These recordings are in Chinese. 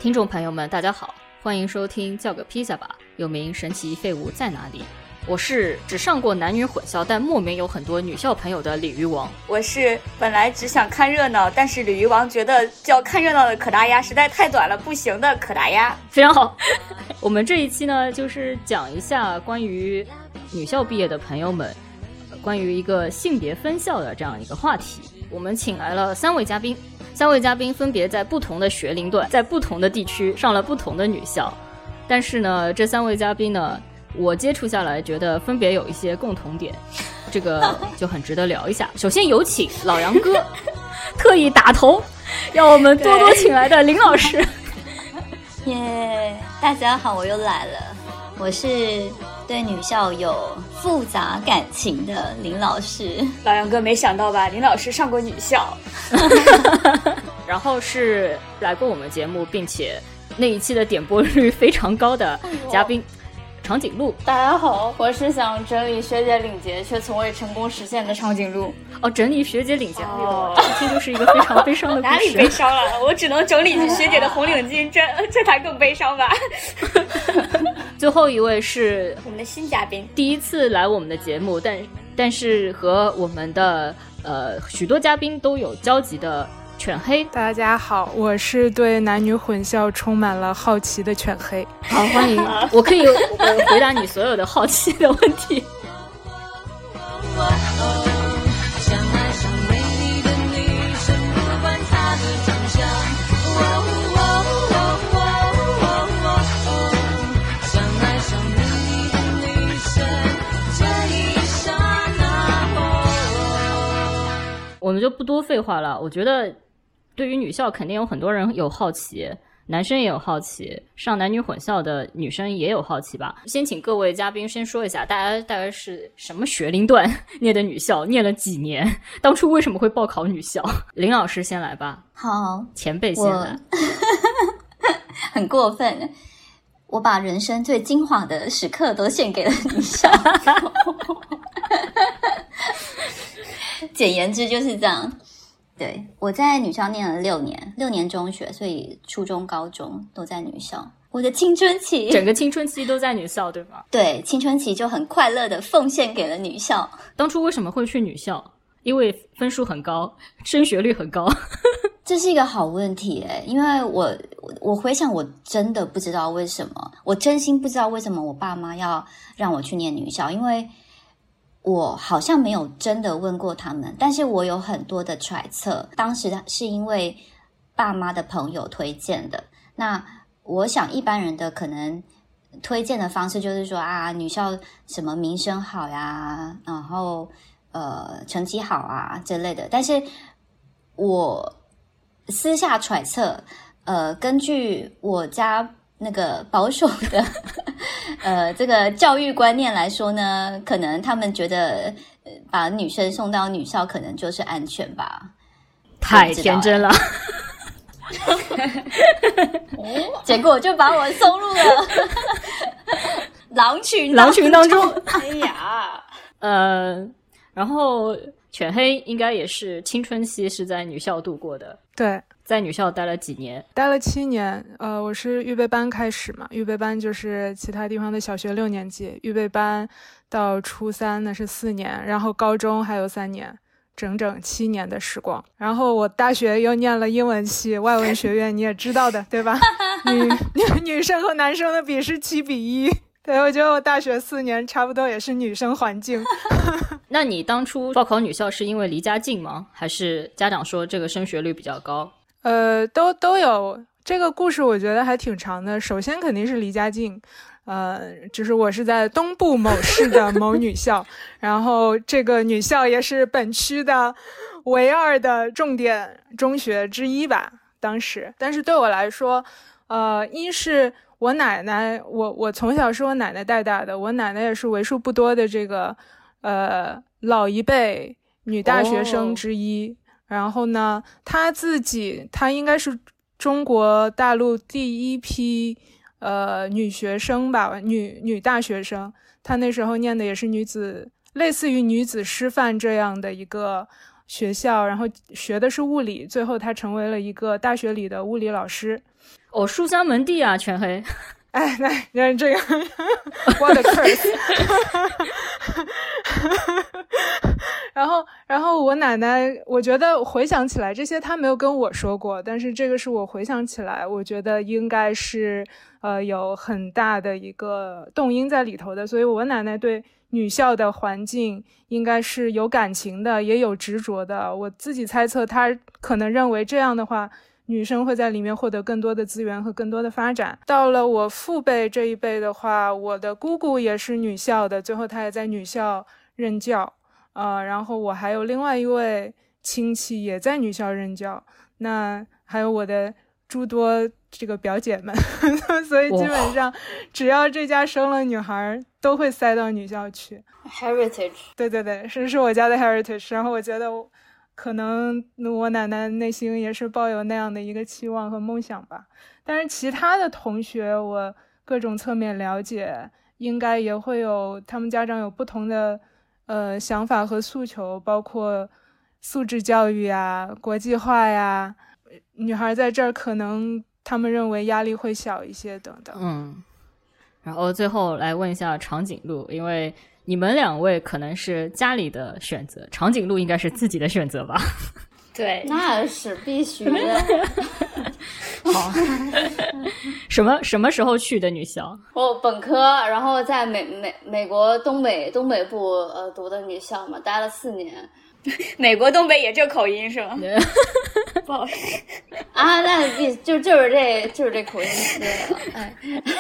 听众朋友们大家好，欢迎收听叫个披萨吧，又名神奇废物在哪里。我是只上过男女混校但莫名有很多女校朋友的鲤鱼王。 我是本来只想看热闹，但是鲤鱼王觉得叫看热闹的可达鸭实在太短了，不行的可达鸭。 非常好。我们这一期呢，就是讲一下关于女校毕业的朋友们关于一个性别分校的这样一个话题。我们请来了3位嘉宾，分别在不同的学龄段，在不同的地区上了不同的女校。但是呢，这3位嘉宾呢，我接触下来觉得分别有一些共同点，这个就很值得聊一下。首先有请老杨哥特意打头让我们多多请来的林老师。 耶，大家好，我又来了。我是对女校有复杂感情的林老师。 老杨哥没想到吧，林老师上过女校。 然后是来过我们节目并且那一期的点播率非常高的嘉宾长颈鹿。 大家好，我是想整理学姐领结却从未成功实现的长颈鹿。 哦，整理学姐领结，一听就是一个非常悲伤的故事。 哪里悲伤了？我只能整理学姐的红领巾，这才更悲伤吧。 最后一位是我们的新嘉宾， 第一次来我们的节目，但是和我们的许多嘉宾都有交集的犬黑。 大家好，我是对男女混校充满了好奇的犬黑。 好，欢迎。我可以回答你所有的好奇的问题。我们就不多废话了。我觉得对于女校肯定有很多人有好奇，男生也有好奇，上男女混校的女生也有好奇吧。先请各位嘉宾先说一下大家大概是什么学龄段念的女校，念了几年，当初为什么会报考女校。林老师先来吧。 好， 前辈先来。 很过分，我把人生最精华的时刻都献给了女校。简言之就是这样。对，我在女校念了6年中学，所以初中高中都在女校。我的青春期， 整个青春期都在女校对吗？ 对，青春期就很快乐的奉献给了女校。 当初为什么会去女校？因为分数很高，升学率很高。 这是一个好问题耶，因为我回想，我真的不知道为什么，我真心不知道为什么我爸妈要让我去念女校，因为我好像没有真的问过他们，但是我有很多的揣测，当时是因为爸妈的朋友推荐的。那我想一般人的可能推荐的方式就是说啊，女校什么名声好呀，然后成绩好啊之类的。但是我私下揣测，根据我家那个保守的这个教育观念来说呢，可能他们觉得把女生送到女校可能就是安全吧。 太天真了。 结果就把我送入了狼群当中。 哎呀， 然后犬黑应该也是青春期是在女校度过的。 对， 在女校待了几年？ 待了7年。我是预备班开始嘛，预备班就是其他地方的小学6年级，预备班到初3那是4年，然后高中还有3年，整整7年的时光。然后我大学又念了英文系，外文学院你也知道的对吧？女生和男生的比是7:1。对，我觉得我大学4年差不多也是女生环境。 那你当初报考女校是因为离家近吗？还是家长说这个升学率比较高？ 都有。这个故事我觉得还挺长的。首先肯定是离家近，就是我是在东部某市的某女校，然后这个女校也是本区的唯2的重点中学之一吧，当时。但是对我来说，一是我奶奶，我从小是我奶奶带大的，我奶奶也是为数不多的这个老一辈女大学生之一。然后呢，她应该是中国大陆第一批女学生吧，女大学生。她那时候念的也是类似于女子师范这样的一个学校，然后学的是物理，最后他成为了一个大学里的物理老师。 哦，书香门第啊，全黑。 哎，那这个what a curse 然后我奶奶，我觉得回想起来这些她没有跟我说过，但是这个是我回想起来我觉得应该是有很大的一个动因在里头的，所以我奶奶对女校的环境应该是有感情的，也有执着的。我自己猜测她可能认为这样的话女生会在里面获得更多的资源和更多的发展。到了我父辈这一辈的话，我的姑姑也是女校的，最后她也在女校任教然后我还有另外一位亲戚也在女校任教，那还有我的诸多这个表姐们所以基本上只要这家生了女孩都会塞到女校去。 Heritage 对，是我家的 heritage。 然后我觉得可能我奶奶内心也是抱有那样的一个期望和梦想吧。但是其他的同学我各种侧面了解，应该也会有他们家长有不同的想法和诉求，包括素质教育呀、国际化呀，女孩在这儿可能他们认为压力会小一些等等。 然后最后来问一下长颈鹿，因为你们两位可能是家里的选择，长颈鹿应该是自己的选择吧？ 对， 那是必须的。 好，什么时候去的女校？ 我本科，然后在美国东北部读的女校嘛，待了4年。 美国东北也这口音是吗？不好意思啊，那就是这口音对了。哎，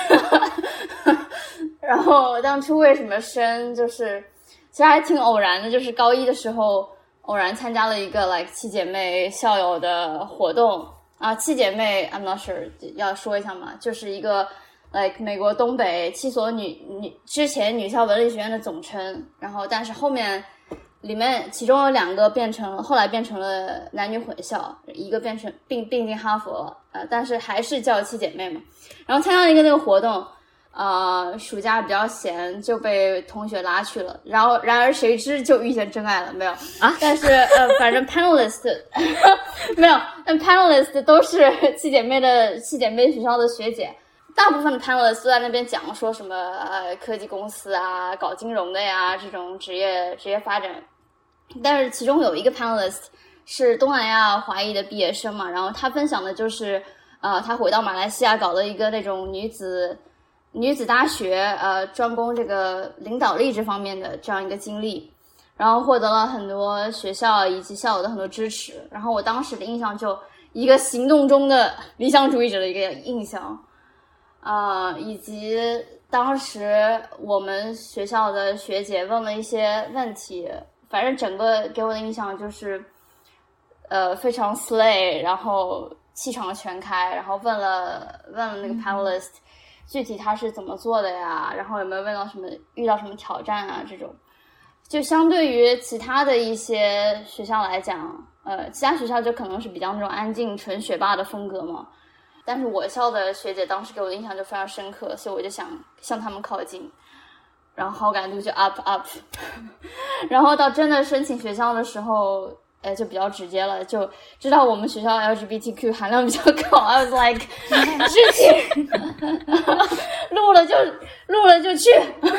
然后当初为什么升，就是其实还挺偶然的，就是高一的时候偶然参加了一个 like 七姐妹校友的活动啊。七姐妹 I'm not sure 要说一下嘛，就是一个 like 美国东北7所之前女校文理学院的总称，然后但是后面里面其中有2个后来变成了男女混校，一个变成并进哈佛了，但是还是叫七姐妹嘛。然后参加了一个那个活动，暑假比较闲就被同学拉去了，然而谁知就遇见真爱了，没有啊？但是反正 panelist 没有，但 panelist 都是七姐妹学校的学姐。大部分的 panelist 都在那边讲说什么科技公司啊、搞金融的呀这种职业发展，但是其中有一个 panelist 是东南亚华裔的毕业生嘛，然后他分享的就是他回到马来西亚搞了一个那种女子大学，专攻这个领导力这方面的这样一个经历，然后获得了很多学校以及校友的很多支持。然后我当时的印象就一个行动中的理想主义者的一个印象。以及当时我们学校的学姐问了一些问题，反正整个给我的印象就是非常 slay， 然后气场全开，然后问了那个 panelist 具体他是怎么做的呀，然后有没有遇到什么挑战啊，这种就相对于其他的一些学校来讲，其他学校就可能是比较那种安静纯学霸的风格嘛，但是我校的学姐当时给我的印象就非常深刻，所以我就想向他们靠近，然后好感度就 up， 然后到真的申请学校的时候，就比较直接了，就知道我们学校 LGBTQ 含量比较高。I was like， 事情录了就去。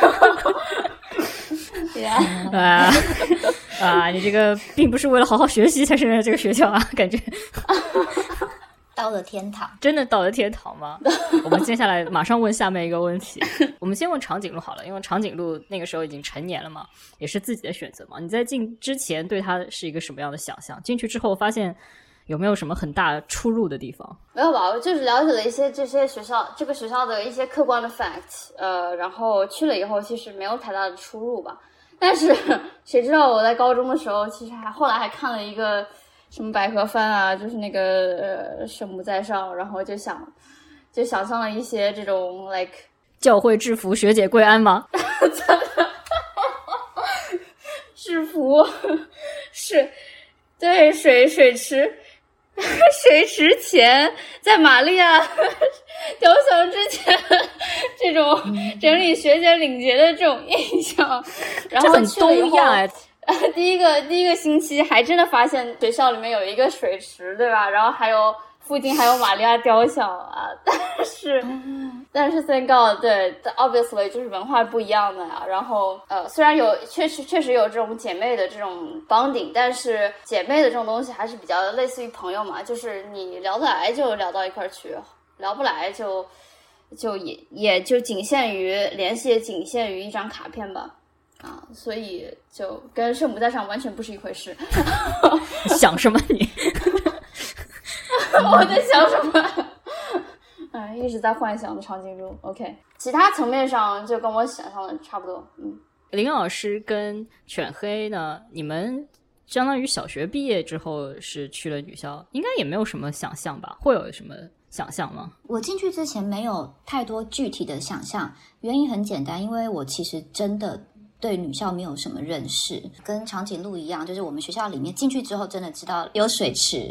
你这个并不是为了好好学习才升的这个学校啊，感觉。 到了天堂， 真的到了天堂吗？我们接下来马上问下面一个问题。我们先问长颈鹿好了，因为长颈鹿那个时候已经成年了嘛，也是自己的选择嘛。你在进之前对他是一个什么样的想象？进去之后发现有没有什么很大出入的地方？ 没有吧，我就是了解了一些这个学校的一些客观的 fact， 然后去了以后其实没有太大的出入吧。但是谁知道我在高中的时候，其实后来还看了一个什么百合番啊，就是那个圣母在上，然后就想象了一些这种 like 教会制服学姐跪安吗？ 制服是对水池前，在玛利亚雕像之前，这种整理学姐领结的这种印象，然后这很东亚第一个星期还真的发现学校里面有一个水池，对吧？然后还有附近还有玛利亚雕像啊，但是 thank God， 对 ，obviously 就是文化不一样的呀。然后虽然有确实有这种姐妹的这种 bonding， 但是姐妹的这种东西还是比较类似于朋友嘛，就是你聊得来就聊到一块儿去，聊不来就也就仅限于联系，也仅限于一张卡片吧。啊，所以就跟圣母在上完全不是一回事。 想什么你？ 我在想什么？哎，一直在幻想的长颈鹿。OK， 其他层面上就跟我想象的差不多。 林老师跟犬黑呢，你们相当于小学毕业之后是去了女校，应该也没有什么想象吧？会有什么想象吗？ 我进去之前没有太多具体的想象，原因很简单，因为我其实真的对女校没有什么认识，跟长颈鹿一样，就是我们学校里面进去之后真的知道有水池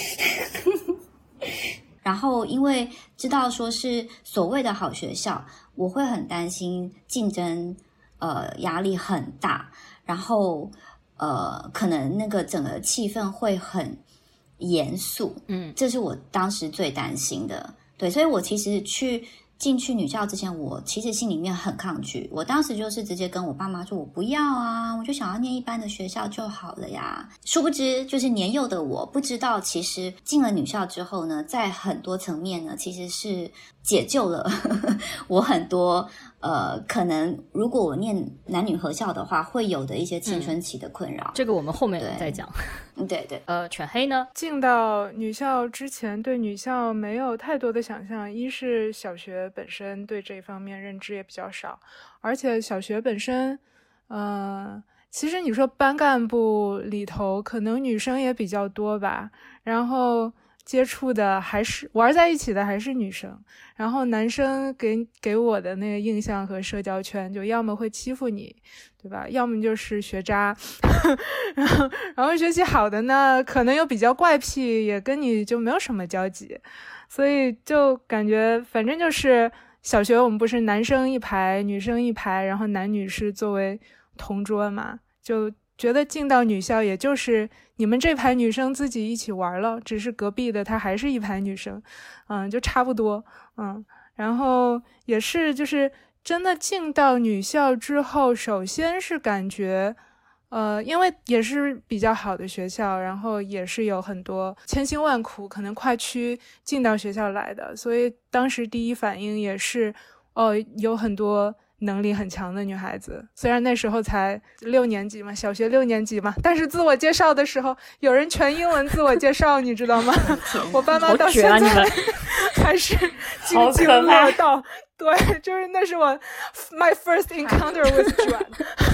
然后因为知道说是所谓的好学校，我会很担心竞争压力很大，然后可能那个整个气氛会很严肃，这是我当时最担心的。对，所以我其实进去女校之前，我其实心里面很抗拒。我当时就是直接跟我爸妈说，我不要啊，我就想要念一般的学校就好了呀。殊不知，就是年幼的我不知道，其实进了女校之后呢，在很多层面呢，其实是解救了我很多可能如果我念男女合校的话，会有的一些青春期的困扰。 这个我们后面再讲。 对对。 犬黑呢？ 进到女校之前，对女校没有太多的想象。一是小学本身对这方面认知也比较少，而且小学本身，其实你说班干部里头可能女生也比较多吧，然后接触的还是玩在一起的还是女生，然后男生给我的那个印象和社交圈，就要么会欺负你，对吧？要么就是学渣然后学习好的呢，可能又比较怪癖，也跟你就没有什么交集，所以就感觉反正就是小学我们不是男生一排女生一排，然后男女是作为同桌嘛，就觉得进到女校也就是你们这排女生自己一起玩了，只是隔壁的她还是一排女生，就差不多，然后也是就是真的进到女校之后，首先是感觉因为也是比较好的学校，然后也是有很多千辛万苦可能跨区进到学校来的，所以当时第一反应也是有很多能力很强的女孩子，虽然那时候才6年级嘛，小学6年级嘛，但是自我介绍的时候有人全英文自我介绍你知道吗？我爸妈到现在还是津津乐道。对，就是那是我 my first encounter with 转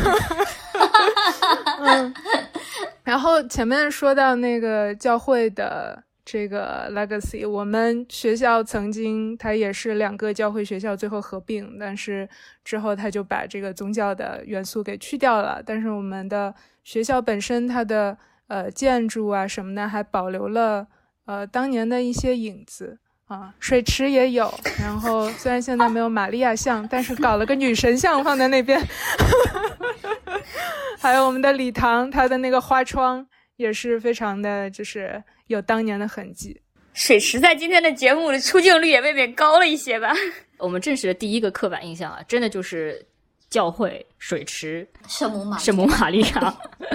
然后前面说到那个教会的这个 legacy， 我们学校曾经它也是2个教会学校最后合并，但是之后它就把这个宗教的元素给去掉了，但是我们的学校本身它的建筑啊什么的还保留了当年的一些影子水池也有，然后虽然现在没有玛利亚像，但是搞了个女神像放在那边还有我们的礼堂，它的那个花窗也是非常的就是有当年的痕迹。 水池在今天的节目的出镜率也未免高了一些吧。 我们证实的第一个刻板印象真的就是教会、水池、 圣母玛利亚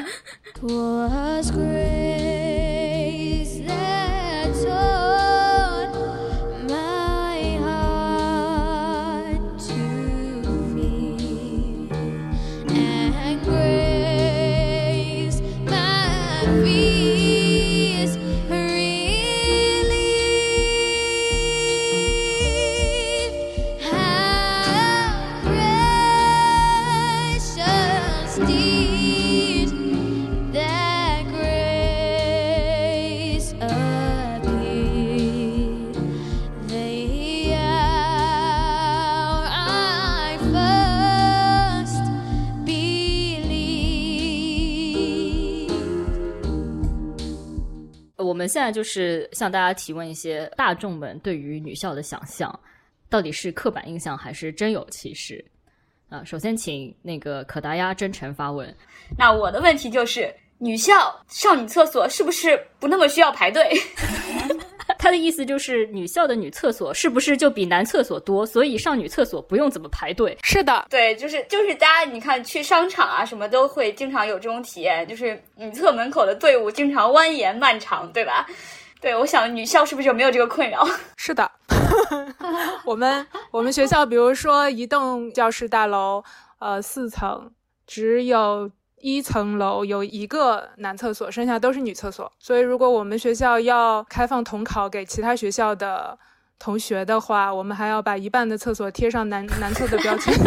我们现在就是向大家提问一些大众们对于女校的想象，到底是刻板印象还是真有其事？ 首先请那个可达鸭真诚发问。 那我的问题就是，女校上女厕所是不是不那么需要排队？ 他的意思就是女校的女厕所是不是就比男厕所多，所以上女厕所不用怎么排队？ 是的， 对，就是大家你看去商场啊什么都会经常有这种体验，就是女厕门口的队伍经常蜿蜒漫长，对吧？对，我想女校是不是就没有这个困扰？ 是的。我们学校比如说一栋教室大楼4层，只有1层楼有一个男厕所，剩下都是女厕所。所以如果我们学校要开放统考给其他学校的同学的话，我们还要把一半的厕所贴上男厕的标签。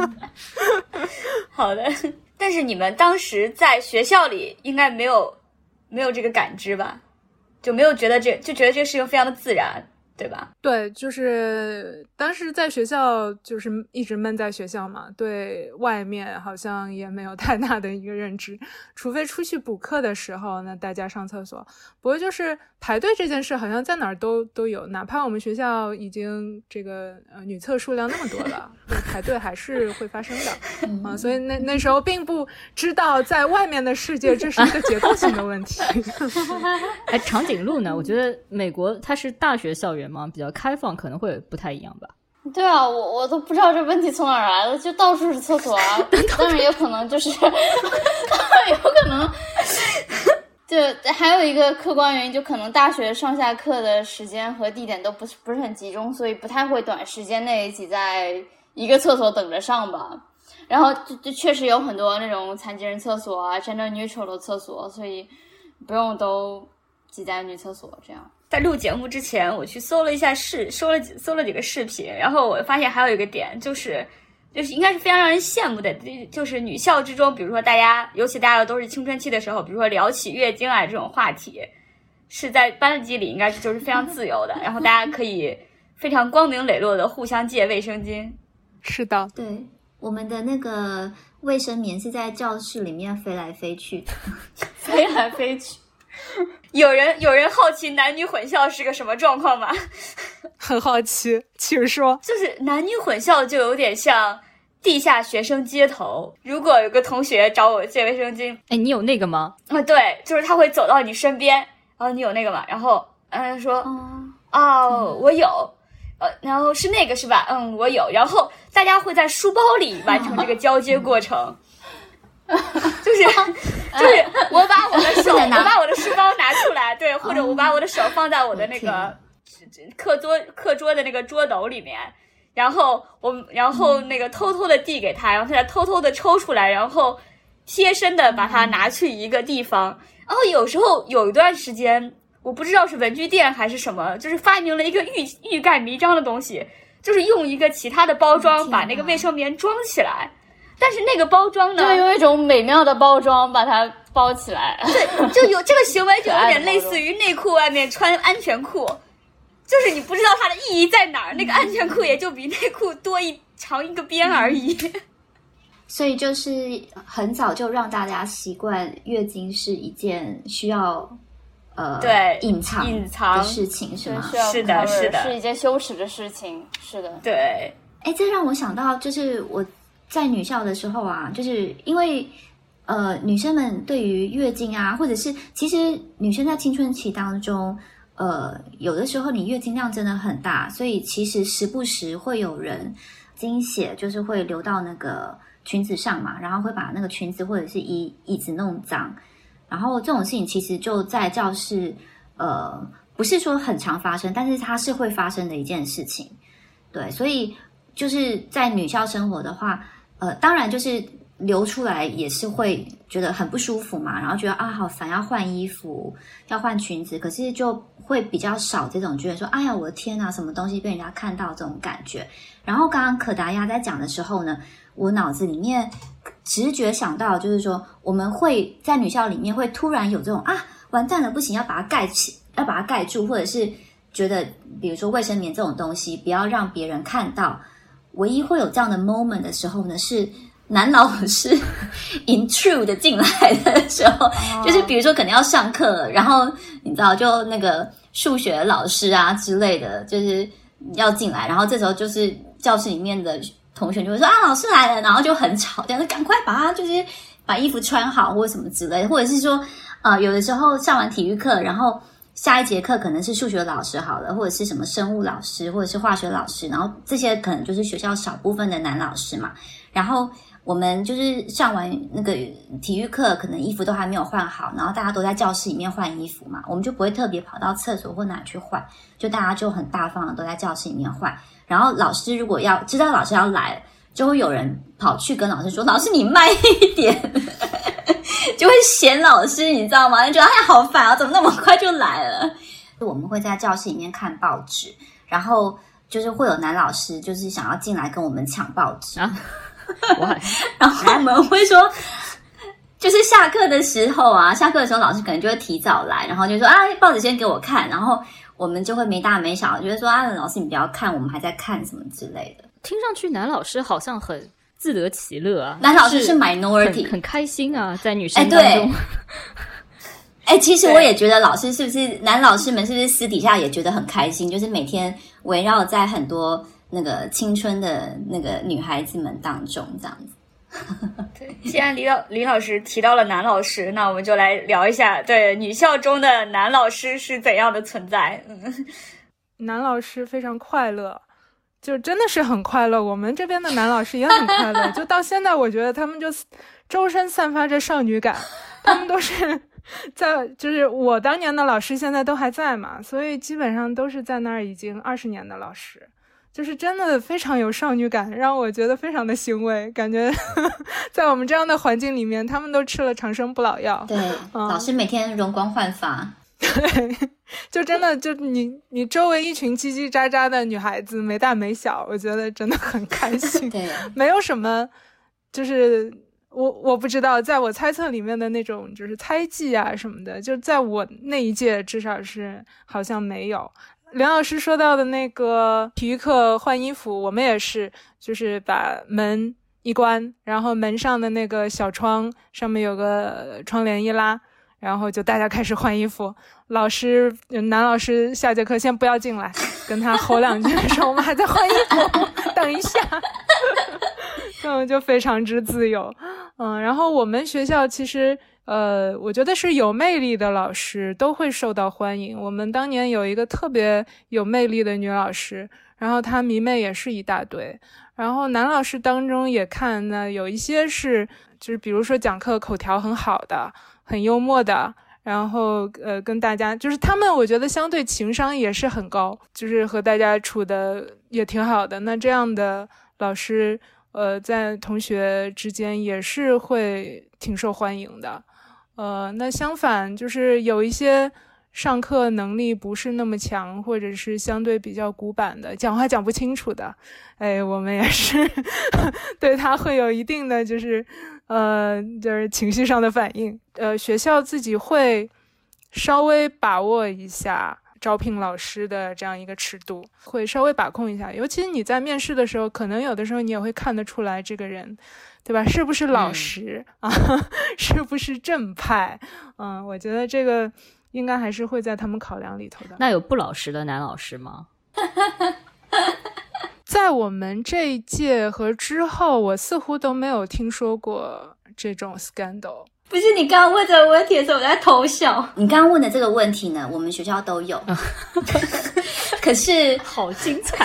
好的，但是你们当时在学校里应该没有这个感知吧？就没有觉得就觉得这个事情非常的自然，对吧？ 对，就是当时在学校就是一直闷在学校嘛，对外面好像也没有太大的一个认知，除非出去补课的时候那大家上厕所。不过就是排队这件事好像在哪儿都有，哪怕我们学校已经这个女厕数量那么多了，排队还是会发生的。所以那时候并不知道在外面的世界这是一个结构性的问题。 长颈鹿呢？我觉得美国它是大学校园嘛，比较开放，可能会不太一样吧。 对啊，我都不知道这问题从哪儿来的，就到处是厕所啊。当然也可能就是有可能就还有一个客观原因，就可能大学上下课的时间和地点都不是很集中，所以不太会短时间内挤在一个厕所等着上吧。然后就确实有很多那种残疾人厕所啊 gender neutral 的厕所，所以不用都挤在女厕所这样。 在录节目之前我去搜了一下搜了几个视频，然后我发现还有一个点就是应该是非常让人羡慕的，就是女校之中，比如说尤其大家都是青春期的时候，比如说聊起月经啊这种话题，是在班级里应该就是非常自由的，然后大家可以非常光明磊落的互相借卫生巾。 是的， 对，我们的那个卫生棉是在教室里面飞来飞去的， 飞来飞去。 有人好奇男女混校是个什么状况吗？ 很好奇，请说。 就是男女混校就有点像地下学生街头，如果有个同学找我借卫生巾， 你有那个吗？ 对，就是他会走到你身边，然后你有那个吗？然后说我有，然后是那个是吧？我有，然后大家会在书包里完成这个交接过程。就是我把我的书包拿出来，对，或者我把我的手放在我的那个课桌的那个桌斗里面，然后那个偷偷的递给他，然后他再偷偷的抽出来，然后贴身的把它拿去一个地方。然后有时候有一段时间，我不知道是文具店还是什么，就是发明了一个欲盖弥彰的东西，就是用一个其他的包装把那个卫生棉装起来。但是那个包装呢， 对，用一种美妙的包装把它包起来。 对，就有这个行为，就有点类似于内裤外面穿安全裤，就是你不知道它的意义在哪儿，那个安全裤也就比内裤多长一个边而已。 所以就是很早就让大家习惯月经是一件需要对隐藏的事情，是吗？ 是的， 是一件羞耻的事情，是的。 对， 这让我想到，就是我在女校的时候啊，就是因为女生们对于月经啊，或者是其实女生在青春期当中，有的时候你月经量真的很大，所以其实时不时会有人经血就是会流到那个裙子上嘛，然后会把那个裙子或者是椅子弄脏，然后这种事情其实就在教室不是说很常发生，但是它是会发生的一件事情。对，所以就是在女校生活的话，当然就是流出来也是会觉得很不舒服嘛，然后觉得好烦，要换衣服，要换裙子，可是就会比较少这种觉得说哎呀我的天啊，什么东西被人家看到这种感觉。然后刚刚可达鸭在讲的时候呢，我脑子里面直觉想到就是说，我们会在女校里面会突然有这种完蛋了不行，要把它盖住，或者是觉得比如说卫生棉这种东西不要让别人看到。唯一会有这样的 moment 的时候呢，是男老师 intrude 进来的时候，就是比如说可能要上课，然后你知道就那个数学老师啊之类的，就是要进来，然后这时候就是教室里面的同学就会说啊老师来了，然后就很吵，这样赶快把他就是把衣服穿好或者什么之类的，或者是说有的时候上完体育课，然后下一节课可能是数学老师好了，或者是什么生物老师或者是化学老师，然后这些可能就是学校少部分的男老师嘛，然后我们就是上完那个体育课，可能衣服都还没有换好，然后大家都在教室里面换衣服嘛，我们就不会特别跑到厕所或哪去换，就大家就很大方的都在教室里面换。然后老师如果要知道老师要来了，就会有人跑去跟老师说：“老师你慢一点。”就会嫌老师，你知道吗？就觉得哎好烦啊，怎么那么快就来了？我们会在教室里面看报纸，然后就是会有男老师就是想要进来跟我们抢报纸啊。 然后我们会说，就是下课的时候啊，下课的时候老师可能就会提早来，然后就说啊，报纸先给我看，然后我们就会没大没小，就会说啊，老师你不要看，我们还在看什么之类的。 听上去男老师好像很自得其乐啊， 男老师是 minority， 很开心啊，在女生当中。 其实我也觉得老师是不是男老师们是不是私底下也觉得很开心，就是每天围绕在很多那个青春的那个女孩子们当中这样子。 对，既然李老师提到了男老师，那我们就来聊一下，对女校中的男老师是怎样的存在。 男老师非常快乐，就真的是很快乐。我们这边的男老师也很快乐，就到现在我觉得他们就周身散发着少女感，他们都是就是我当年的老师现在都还在嘛，所以基本上都是在那儿已经20年的老师，就是真的非常有少女感，让我觉得非常的欣慰，感觉在我们这样的环境里面他们都吃了长生不老药。 对，老师每天容光焕发。 对，就真的就你周围一群叽叽喳喳的女孩子，没大没小，我觉得真的很开心。 对， 没有什么就是我不知道，在我猜测里面的那种就是猜忌啊什么的，就在我那一届至少是好像没有。梁老师说到的那个体育课换衣服，我们也是就是把门一关，然后门上的那个小窗上面有个窗帘一拉，然后就大家开始换衣服。男老师下节课先不要进来，跟他吼2句说我们还在换衣服，等一下。就非常之自由。然后我们学校其实我觉得是有魅力的老师都会受到欢迎。我们当年有一个特别有魅力的女老师，然后她迷妹也是一大堆。然后男老师当中也看呢，有一些是就是比如说讲课口条很好的，很幽默的，然后跟大家就是他们我觉得相对情商也是很高，就是和大家处的也挺好的。那这样的老师在同学之间也是会挺受欢迎的。那相反就是有一些上课能力不是那么强，或者是相对比较古板的，讲话讲不清楚的，我们也是对他会有一定的就是情绪上的反应。学校自己会稍微把握一下招聘老师的这样一个尺度，会稍微把控一下。尤其你在面试的时候，可能有的时候你也会看得出来这个人，对吧？是不是老实啊？是不是正派？我觉得这个应该还是会在他们考量里头的。 那有不老实的男老师吗？ 在我们这一届和之后，我似乎都没有听说过这种 scandal。 不是你刚刚问这个问题的时候，我在偷笑。你刚刚问的这个问题呢，我们学校都有，可是好精彩。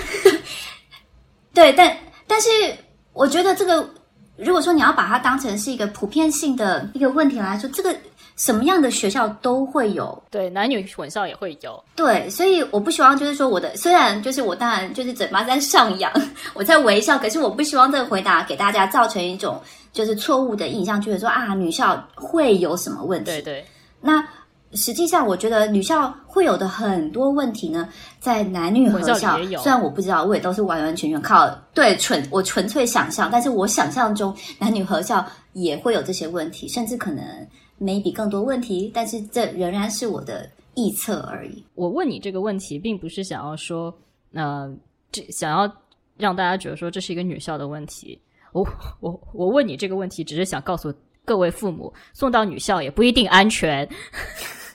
对，但是我觉得这个，如果说你要把它当成是一个普遍性的一个问题来说，这个什么样的学校都会有， 对，男女混校也会有。 对，所以我不希望就是说虽然就是我当然就是嘴巴在上扬，我在微笑，可是我不希望这个回答给大家造成一种就是错误的印象，觉得说啊女校会有什么问题。 对对。 那实际上我觉得女校会有的很多问题呢，在男女合校虽然我不知道，我也都是完完全全靠我纯粹想象，但是我想象中男女合校也会有这些问题，甚至可能maybe更多问题，但是这仍然是我的臆测而已。 我问你这个问题并不是想要说想要让大家觉得说这是一个女校的问题，我问你这个问题只是想告诉各位父母，送到女校也不一定安全。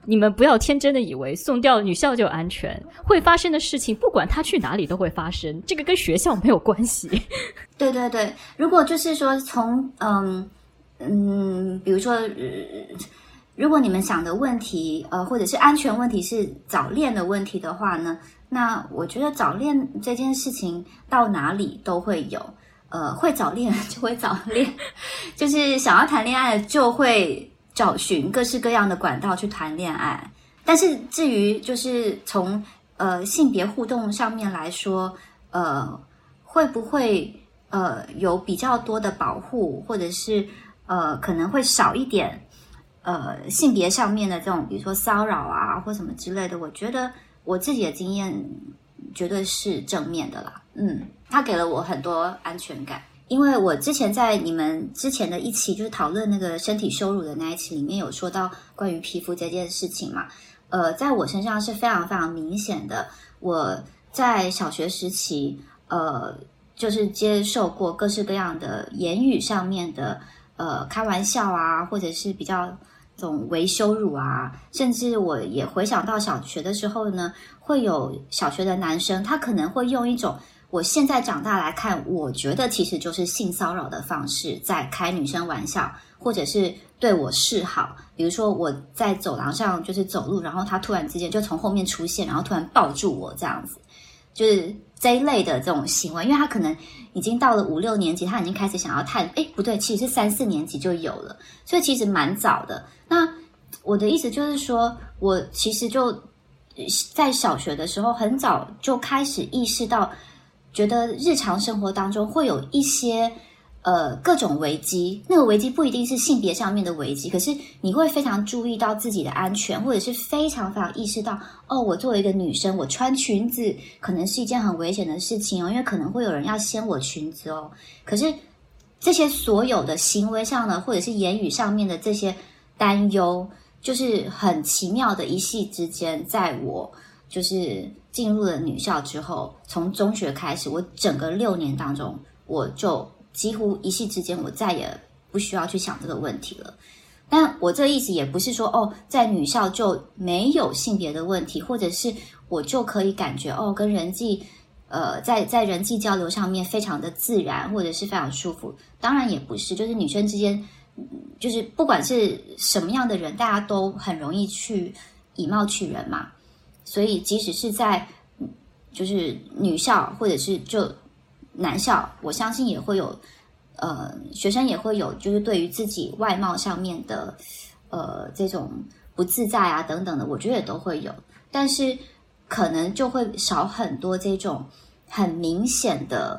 你们不要天真的以为送调女校就安全，会发生的事情不管他去哪里都会发生，这个跟学校没有关系。 对对对，如果就是说从比如说如果你们想的问题或者是安全问题是早恋的问题的话呢，那我觉得早恋这件事情到哪里都会有，会早恋就会早恋，就是想要谈恋爱就会找寻各式各样的管道去谈恋爱。但是至于就是从性别互动上面来说，会不会有比较多的保护，或者是可能会少一点性别上面的这种比如说骚扰啊或什么之类的，我觉得我自己的经验绝对是正面的啦。它给了我很多安全感。因为我之前在你们之前的一期就是讨论那个身体羞辱的那一期里面有说到关于皮肤这件事情嘛，在我身上是非常非常明显的。我在小学时期就是接受过各式各样的言语上面的开玩笑啊，或者是比较这种微羞辱啊，甚至我也回想到小学的时候呢，会有小学的男生他可能会用一种我现在长大来看我觉得其实就是性骚扰的方式在开女生玩笑，或者是对我示好。比如说我在走廊上就是走路，然后他突然之间就从后面出现，然后突然抱住我这样子，就是这一类的这种行为。因为他可能已经到了5、6年级，他已经开始想要探，不对，其实是3、4年级就有了，所以其实蛮早的。那我的意思就是说，我其实就在小学的时候很早就开始意识到，觉得日常生活当中会有一些各种危机，那个危机不一定是性别上面的危机，可是你会非常注意到自己的安全，或者是非常非常意识到我作为一个女生，我穿裙子可能是一件很危险的事情因为可能会有人要掀我裙子可是这些所有的行为上的或者是言语上面的这些担忧，就是很奇妙的一夕之间，在我就是进入了女校之后，从中学开始，我整个6年当中，我就几乎一夕之间我再也不需要去想这个问题了。但我这意思也不是说在女校就没有性别的问题，或者是我就可以感觉跟人际在人际交流上面非常的自然，或者是非常舒服。当然也不是，就是女生之间就是不管是什么样的人，大家都很容易去以貌取人嘛。所以即使是在就是女校或者是就男校，我相信也会有学生也会有就是对于自己外貌上面的这种不自在啊等等的，我觉得也都会有，但是可能就会少很多这种很明显的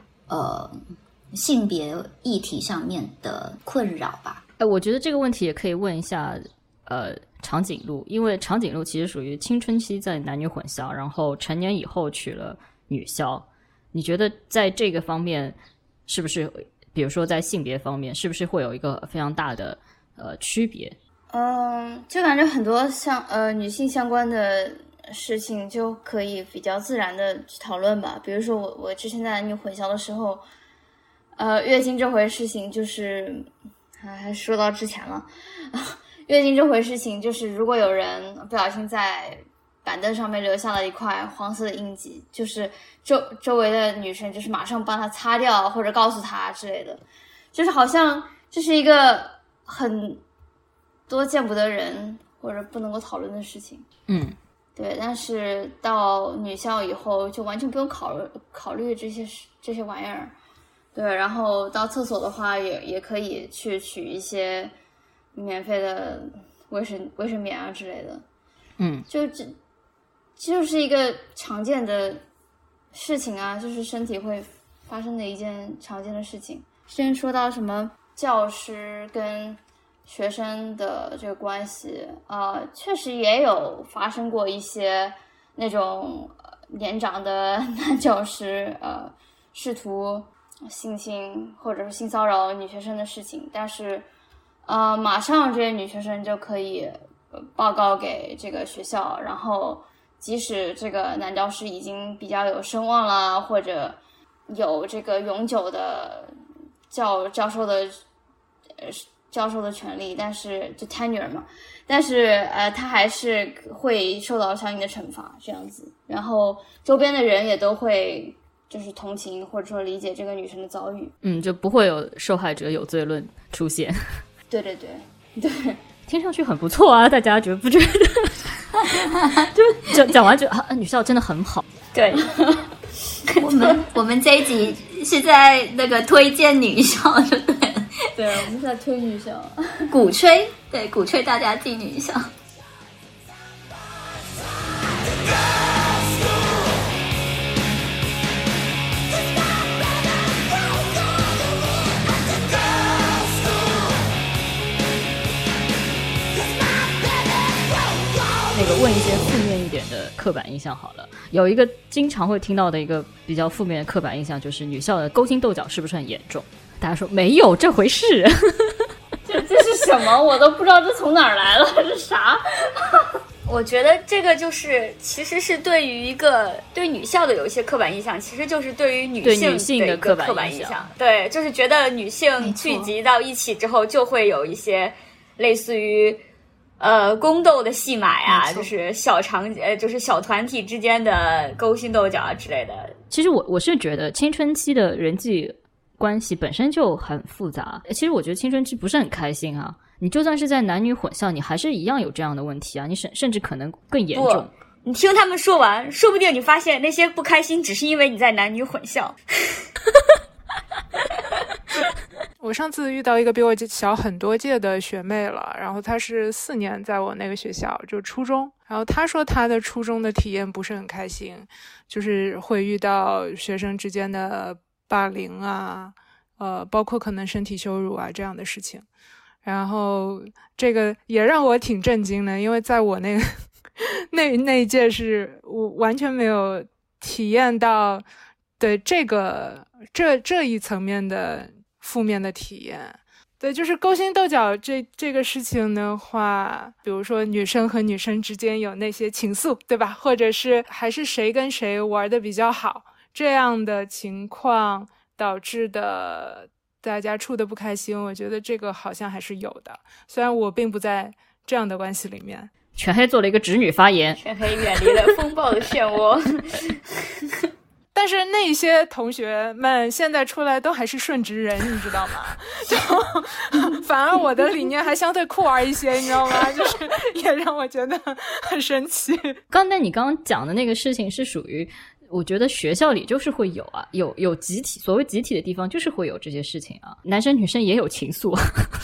性别议题上面的困扰吧。 我觉得这个问题也可以问一下长颈鹿，因为长颈鹿其实属于青春期在男女混淆，然后成年以后去了女校。你觉得在这个方面是不是比如说在性别方面是不是会有一个非常大的区别？ 就感觉很多像女性相关的事情就可以比较自然的去讨论吧。比如说我之前在男女混淆的时候，月经这回事情就是还说到之前了月经这回事情就是如果有人不小心在板凳上面留下了一块黄色的印记，就是周围的女生就是马上帮他擦掉或者告诉他之类的，就是好像这是一个很多见不得人或者不能够讨论的事情。对，但是到女校以后就完全不用考虑这些玩意儿。对，然后到厕所的话也可以去取一些免费的卫生棉啊之类的。就是一个常见的事情啊，就是身体会发生的一件常见的事情。之前说到什么教师跟学生的这个关系确实也有发生过一些那种年长的男教师试图性侵或者是性骚扰女学生的事情，但是马上这些女学生就可以报告给这个学校，然后即使这个男教师已经比较有声望了，或者有这个永久的教授的权利，但是就 tenure 嘛， 但是他还是会受到相应的惩罚这样子，然后周边的人也都会就是同情或者说理解这个女生的遭遇， 就不会有受害者有罪论出现。 对对对对， 听上去很不错啊，大家觉得不觉得？就讲完觉得女校真的很好。 对， 我们这一集是在那个推荐女校，就对了。 对，我们是在推女校， 鼓吹大家进女校。 那个问一些负面一点的刻板印象好了，有一个经常会听到的一个比较负面的刻板印象就是女校的勾心斗角是不是很严重？大家说没有这回事。 这是什么？我都不知道这从哪儿来了，这是啥？ 我觉得这个就是其实是对于女校的有一些刻板印象，其实就是对于女性的一个刻板印象。对，就是觉得女性聚集到一起之后就会有一些类似于宫斗的戏码呀，就是就是小团体之间的勾心斗角啊之类的。 其实我是觉得青春期的人际关系本身就很复杂。其实我觉得青春期不是很开心啊，你就算是在男女混校，你还是一样有这样的问题啊，你甚至可能更严重。 你听他们说完，说不定你发现那些不开心只是因为你在男女混校。 我上次遇到一个比我小很多届的学妹了，然后她是4年在我那个学校，就初中，然后她说她的初中的体验不是很开心，就是会遇到学生之间的霸凌啊，包括可能身体羞辱啊这样的事情。然后这个也让我挺震惊的，因为在我那个那一届是我完全没有体验到对这一层面的负面的体验。对，就是勾心斗角这个事情的话，比如说女生和女生之间有那些情愫，对吧？或者是还是谁跟谁玩的比较好，这样的情况导致的大家处的不开心，我觉得这个好像还是有的。虽然我并不在这样的关系里面。 全黑做了一个直女发言， 全黑远离了风暴的漩涡。 但是那些同学们现在出来都还是顺直人，你知道吗？就反而我的理念还相对酷儿一些，你知道吗？就是也让我觉得很神奇。 你刚刚讲的那个事情是属于我觉得学校里就是会有啊，有集体，所谓集体的地方就是会有这些事情啊，男生女生也有情愫。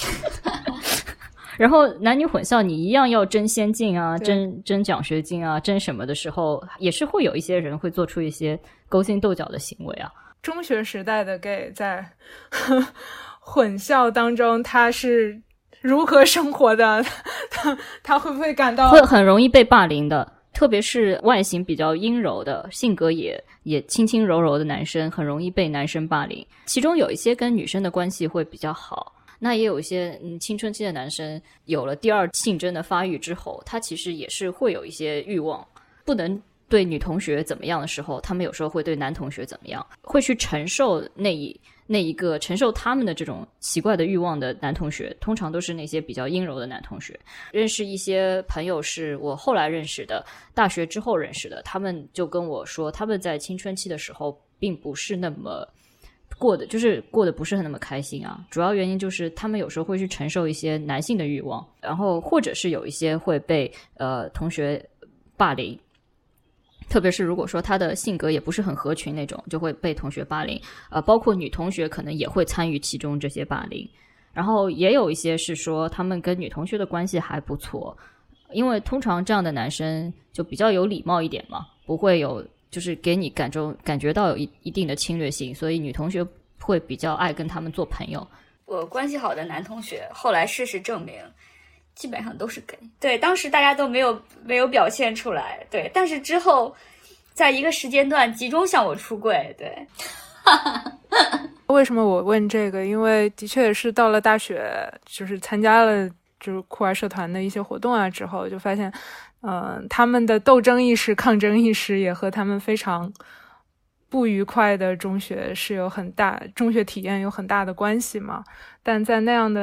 然后男女混校你一样要争先进啊，争奖学金啊，争什么的时候也是会有一些人会做出一些勾心斗角的行为啊。 中学时代的 gay 在混校当中他是如何生活的？他会不会感到会很容易被霸凌的，特别是外形比较阴柔的，性格也轻轻柔柔的男生很容易被男生霸凌。其中有一些跟女生的关系会比较好，那也有一些青春期的男生有了第二性征的发育之后，他其实也是会有一些欲望，不能对女同学怎么样的时候，他们有时候会对男同学怎么样，会去承受那一个承受他们的这种奇怪的欲望的男同学，通常都是那些比较阴柔的男同学。认识一些朋友是我后来认识的，大学之后认识的，他们就跟我说他们在青春期的时候并不是那么过得不是很那么开心啊，主要原因就是他们有时候会去承受一些男性的欲望，然后或者是有一些会被同学霸凌，特别是如果说他的性格也不是很合群那种，就会被同学霸凌，包括女同学可能也会参与其中这些霸凌。然后也有一些是说他们跟女同学的关系还不错，因为通常这样的男生就比较有礼貌一点嘛，不会有就是给你感觉到有一定的侵略性，所以女同学会比较爱跟他们做朋友。 我关系好的男同学后来事实证明基本上都是 gay， 对，当时大家都没有表现出来，对，但是之后在一个时间段集中向我出柜，对。 为什么我问这个？因为的确也是到了大学，就是参加了就是酷儿社团的一些活动啊之后，就发现他们的斗争意识、抗争意识也和他们非常不愉快的中学体验有很大的关系嘛。但在那样的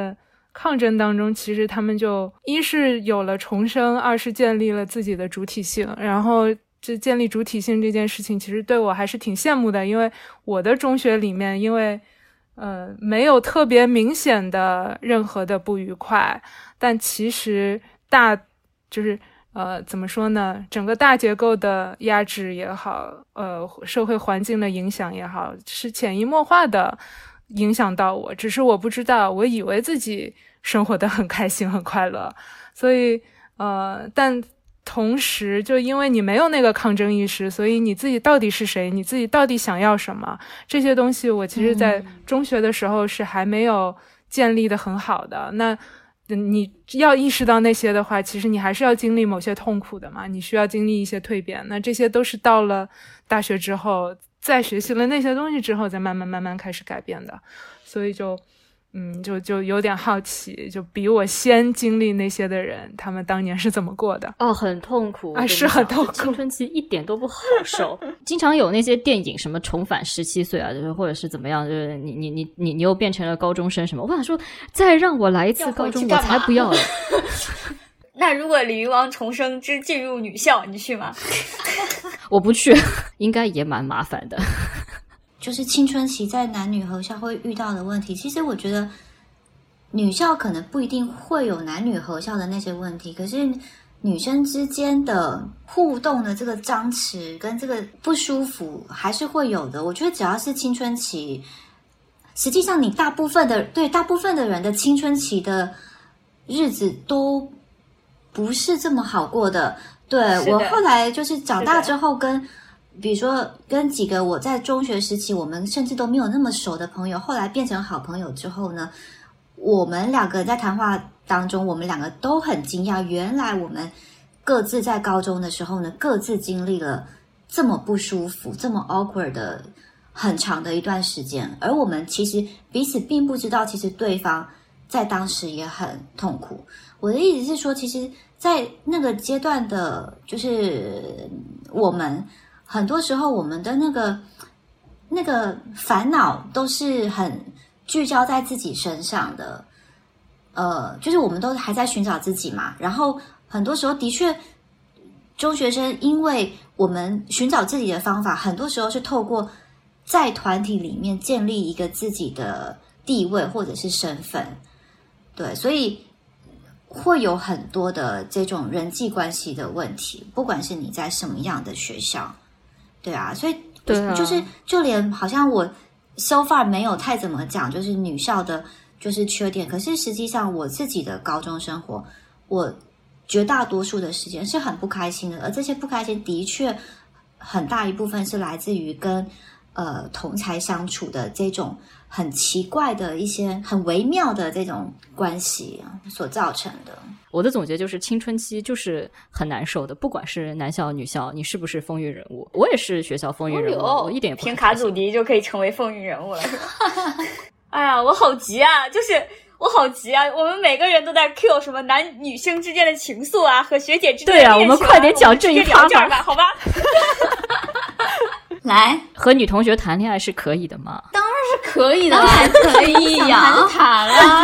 抗争当中，其实他们就一是有了重生，二是建立了自己的主体性。然后这建立主体性这件事情其实对我还是挺羡慕的，因为我的中学里面因为没有特别明显的任何的不愉快，但其实就是怎么说呢，整个大结构的压制也好，社会环境的影响也好，是潜移默化的影响到我，只是我不知道，我以为自己生活得很开心很快乐。所以但同时就因为你没有那个抗争意识，所以你自己到底是谁，你自己到底想要什么，这些东西我其实在中学的时候是还没有建立的很好的。那你要意识到那些的话，其实你还是要经历某些痛苦的嘛，你需要经历一些蜕变，那这些都是到了大学之后，再学习了那些东西之后，再慢慢开始改变的。所以就有点好奇，就比我先经历那些的人，他们当年是怎么过的。 很痛苦啊，是很痛苦， 青春期一点都不好受。经常有那些电影什么重返17岁啊，就是或者是怎么样，就是你又变成了高中生什么。我想说，再让我来一次高中，我才不要了。 那如果李云王重生之进入女校，你去吗？ 我不去，应该也蛮麻烦的。 就是青春期在男女合校会遇到的问题，其实我觉得女校可能不一定会有男女合校的那些问题，可是女生之间的互动的这个张弛跟这个不舒服还是会有的。我觉得只要是青春期，实际上你大部分的人的青春期的日子都不是这么好过的。对，我后来就是长大之后比如说跟几个我在中学时期我们甚至都没有那么熟的朋友，后来变成好朋友之后呢，我们两个在谈话当中，我们两个都很惊讶，原来我们各自在高中的时候呢，各自经历了这么不舒服这么 awkward 的很长的一段时间，而我们其实彼此并不知道，其实对方在当时也很痛苦。我的意思是说，其实在那个阶段的就是我们很多时候我们的那个烦恼都是很聚焦在自己身上的，就是我们都还在寻找自己嘛。然后很多时候的确，中学生因为我们寻找自己的方法，很多时候是透过在团体里面建立一个自己的地位或者是身份，对，所以会有很多的这种人际关系的问题，不管是你在什么样的学校。对啊，所以就是就连好像我 so far 没有太怎么讲就是女校的就是缺点，可是实际上我自己的高中生活，我绝大多数的时间是很不开心的，而这些不开心的确很大一部分是来自于跟同侪相处的这种很奇怪的一些很微妙的这种关系所造成的。 我的总结就是青春期就是很难受的，不管是男校女校，你是不是风云人物。我也是学校风云人物，我一点也不凭卡祖笛就可以成为风云人物了。哎呀，我好急啊，就是我好急啊！我们每个人都在 cue 什么男女生之间的情愫啊，和学姐之间的恋情啊。 对啊，我们快点讲这一趴吧，好吧？ 来， 和女同学谈恋爱是可以的吗？ 当然是可以的， 当然可以呀， 谈了，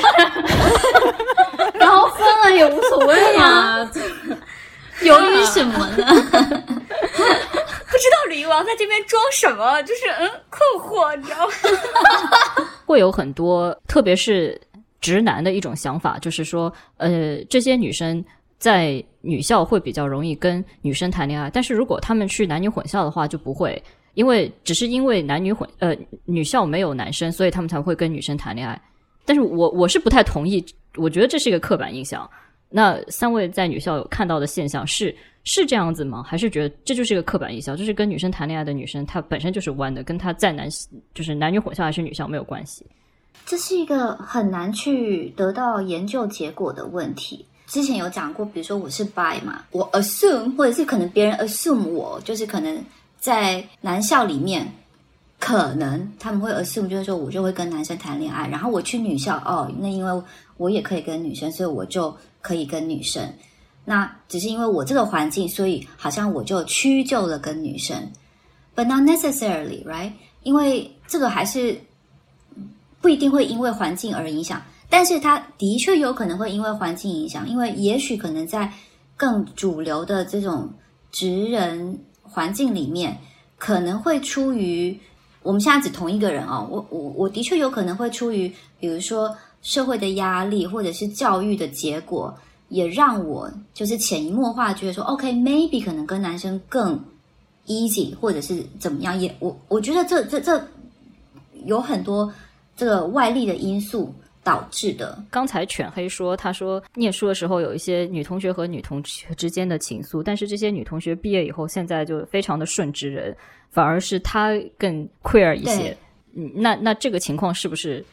然后分了也无所谓呀， 犹豫什么呢？ 不知道李王在这边装什么，就是困惑，你知道吗？ 会有很多，特别是直男的一种想法，就是说，这些女生在女校会比较容易跟女生谈恋爱，但是如果他们去男女混校的话就不会，只是因为女校没有男生，所以他们才会跟女生谈恋爱。但是我是不太同意，我觉得这是一个刻板印象。那三位在女校有看到的现象是这样子吗？还是觉得这就是一个刻板印象，就是跟女生谈恋爱的女生她本身就是弯的，跟她在就是男女混校还是女校没有关系？ 这是一个很难去得到研究结果的问题。之前有讲过，比如说我是 bi 嘛，我 assume 或者是可能别人 assume 我就是可能在男校里面，可能他们会 assume 就是说我就会跟男生谈恋爱，然后我去女校那因为我也可以跟女生，所以我就可以跟女生。那只是因为我这个环境，所以好像我就屈就了跟女生 ，but not necessarily, right？ 因为这个还是不一定会因为环境而影响。 但是它的确有可能会因为环境影响，因为也许可能在更主流的这种职人环境里面，可能会出于我们现在只同一个人哦，我的确有可能会出于比如说社会的压力或者是教育的结果，也让我就是潜移默化觉得说 OK maybe 可能跟男生更 easy 或者是怎么样，也我觉得这有很多这个外力的因素导致的。 刚才犬黑说，他说念书的时候有一些女同学和女同学之间的情愫，但是这些女同学毕业以后现在就非常的顺直人，反而是他更 queer 一些。那这个情况是不是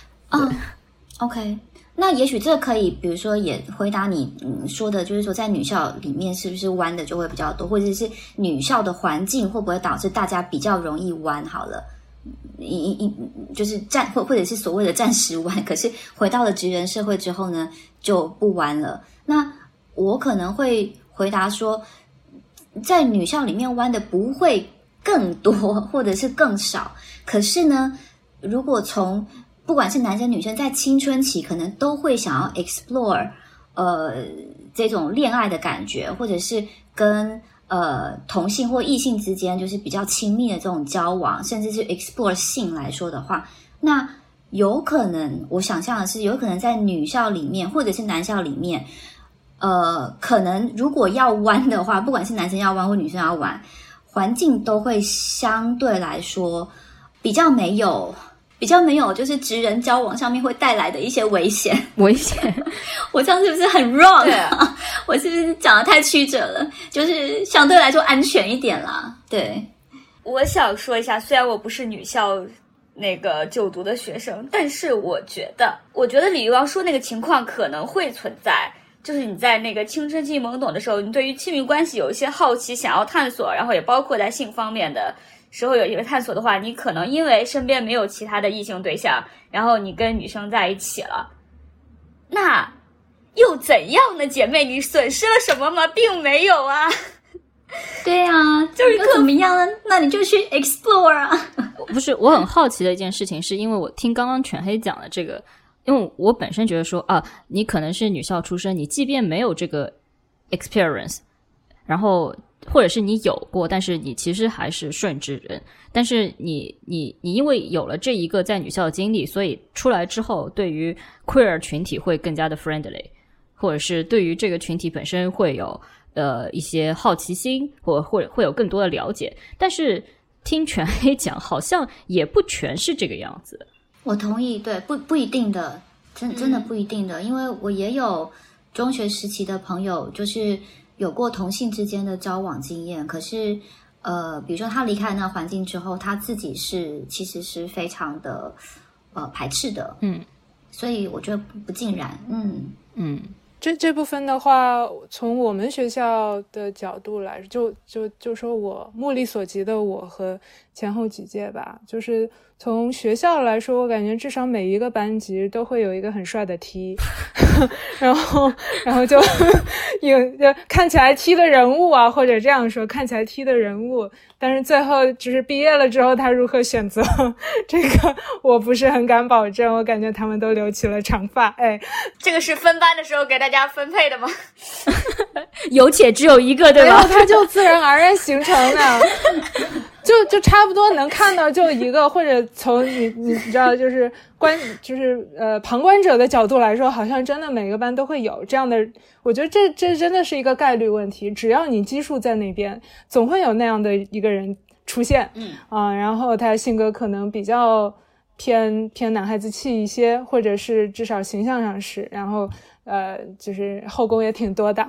OK， 那也许这可以比如说也回答你说的，就是说在女校里面是不是弯的就会比较多，或者是女校的环境会不会导致大家比较容易弯好了，就是或者是所谓的暂时弯，可是回到了职人社会之后呢就不弯了。那我可能会回答说，在女校里面弯的不会更多或者是更少，可是呢如果从不管是男生女生在青春期可能都会想要 explore 这种恋爱的感觉，或者是跟同性或异性之间就是比较亲密的这种交往，甚至是 explore 性来说的话，那有可能我想象的是有可能在女校里面或者是男校里面可能如果要弯的话，不管是男生要弯或女生要弯，环境都会相对来说比较没有就是职人交往上面会带来的一些危险。我这样是不是很 wrong 啊？我是不是讲得太曲折了？就是相对来说安全一点啦。对， 我想说一下，虽然我不是女校那个就读的学生，但是我觉得李玉王说那个情况可能会存在，就是你在那个青春期懵懂的时候，你对于亲密关系有一些好奇想要探索，然后也包括在性方面的时候有一个探索的话，你可能因为身边没有其他的异性对象，然后你跟女生在一起了，那又怎样呢？姐妹，你损失了什么吗？并没有啊。 对啊，就是又怎么样呢？那你就去 explore 啊。 不是，我很好奇的一件事情，是因为我听刚刚犬黑讲的这个，因为我本身觉得说你可能是女校出身，你即便没有这个 experience， 然后或者是你有过，但是你其实还是顺直人，但是你因为有了这一个在女校的经历，所以出来之后对于 queer 群体会更加的 friendly， 或者是对于这个群体本身会有一些好奇心，或会有更多的了解。但是听犬黑讲好像也不全是这个样子。 我同意，对，不一定的，真的不一定的，因为我也有中学时期的朋友就是有过同性之间的交往经验，可是比如说他离开那个环境之后，他自己其实是非常的排斥的，所以我觉得不尽然， 这部分的话，从我们学校的角度来，就说我目力所及的，我和前后几届吧，就是从学校来说，我感觉至少每一个班级都会有一个很帅的 T， 然后就看起来 T 的人物啊，或者这样说，看起来 T 的人物，但是最后就是毕业了之后，他如何选择这个，我不是很敢保证。我感觉他们都留起了长发。 这个是分班的时候给大家分配的吗？ 有且只有一个，对吧？ 没有，它就自然而然形成的。就差不多能看到就一个，或者从你知道就是旁观者的角度来说，好像真的每个班都会有这样的。我觉得这真的是一个概率问题，只要你基数在那边，总会有那样的一个人出现。然后他性格可能比较偏男孩子气一些，或者是至少形象上是，然后就是后宫也挺多的。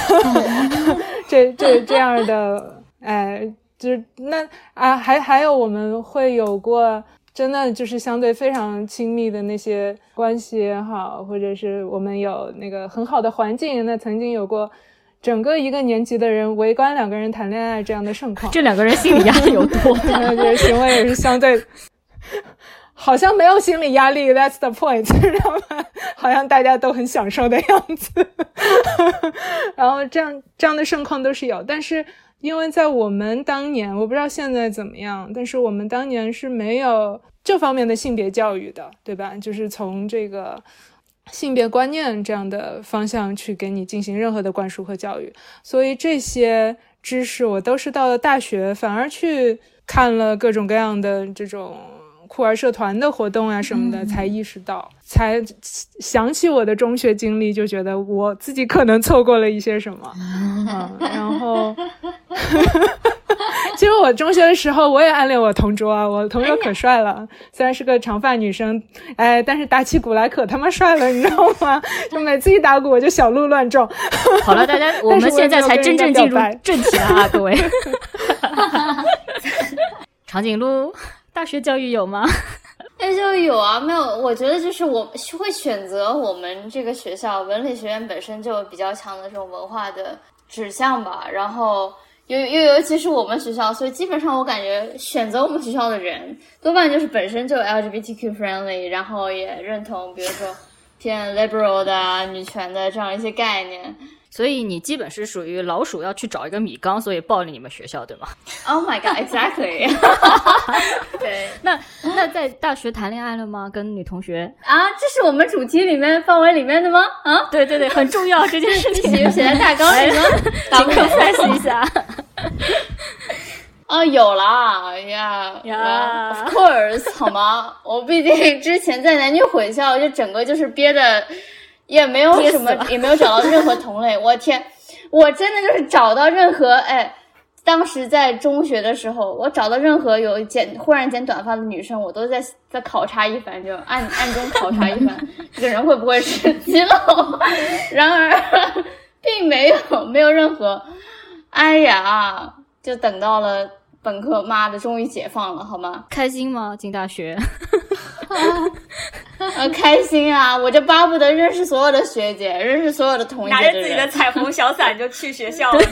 这样的就是那还有我们会有过真的就是相对非常亲密的那些关系也好，或者是我们有那个很好的环境，那曾经有过整个一个年级的人围观两个人谈恋爱这样的盛况。 这两个人心理压力有多大？ 这行为也是相对好像没有心理压力 ，that's the point， 知道吗？好像大家都很享受的样子。然后这样的盛况都是有，但是因为在我们当年，我不知道现在怎么样，但是我们当年是没有这方面的性别教育的，对吧？就是从这个性别观念这样的方向去给你进行任何的灌输和教育。所以这些知识我都是到了大学反而去看了各种各样的这种酷儿社团的活动啊什么的，才意识到，才想起我的中学经历，就觉得我自己可能错过了一些什么。然后其实我中学的时候我也暗恋我同桌啊，我同桌可帅了，虽然是个长发女生，但是打起鼓来可他妈帅了，你知道吗？就每次一打鼓我就小鹿乱撞。 好了，大家我们现在才真正进入正题啊，各位。长颈鹿大学教育有吗？ 就有啊，没有。我觉得就是我会选择我们这个学校文理学院本身就有比较强的这种文化的指向吧，然后尤其是我们学校，所以基本上我感觉选择我们学校的人多半就是本身就 LGBTQ friendly， 然后也认同比如说偏 liberal 的女权的这样一些概念。 所以你基本是属于老鼠要去找一个米缸，所以报了你们学校，对吗？ Oh my god, exactly. 对，那在大学谈恋爱了吗？跟女同学啊？这是我们主题里面范围里面的吗？啊， 对对对，很重要这件事情， 写在大纲里吗？ 请 confess 一下。 有啦呀 of course 好吗？我毕竟之前在男女混校，就整个就是憋着。也没有什么，也没有找到任何同类。我天，我真的就是找到任何当时在中学的时候，我找到任何有忽然剪短发的女生，我都在考察一番，就暗中考察一番，这个人会不会是基佬？然而并没有任何。哎呀，就等到了本科，妈的，终于解放了，好吗？ 开心吗？进大学？ 开心啊！我就巴不得认识所有的学姐，认识所有的同一届的人， 拿着自己的彩虹小伞就去学校了。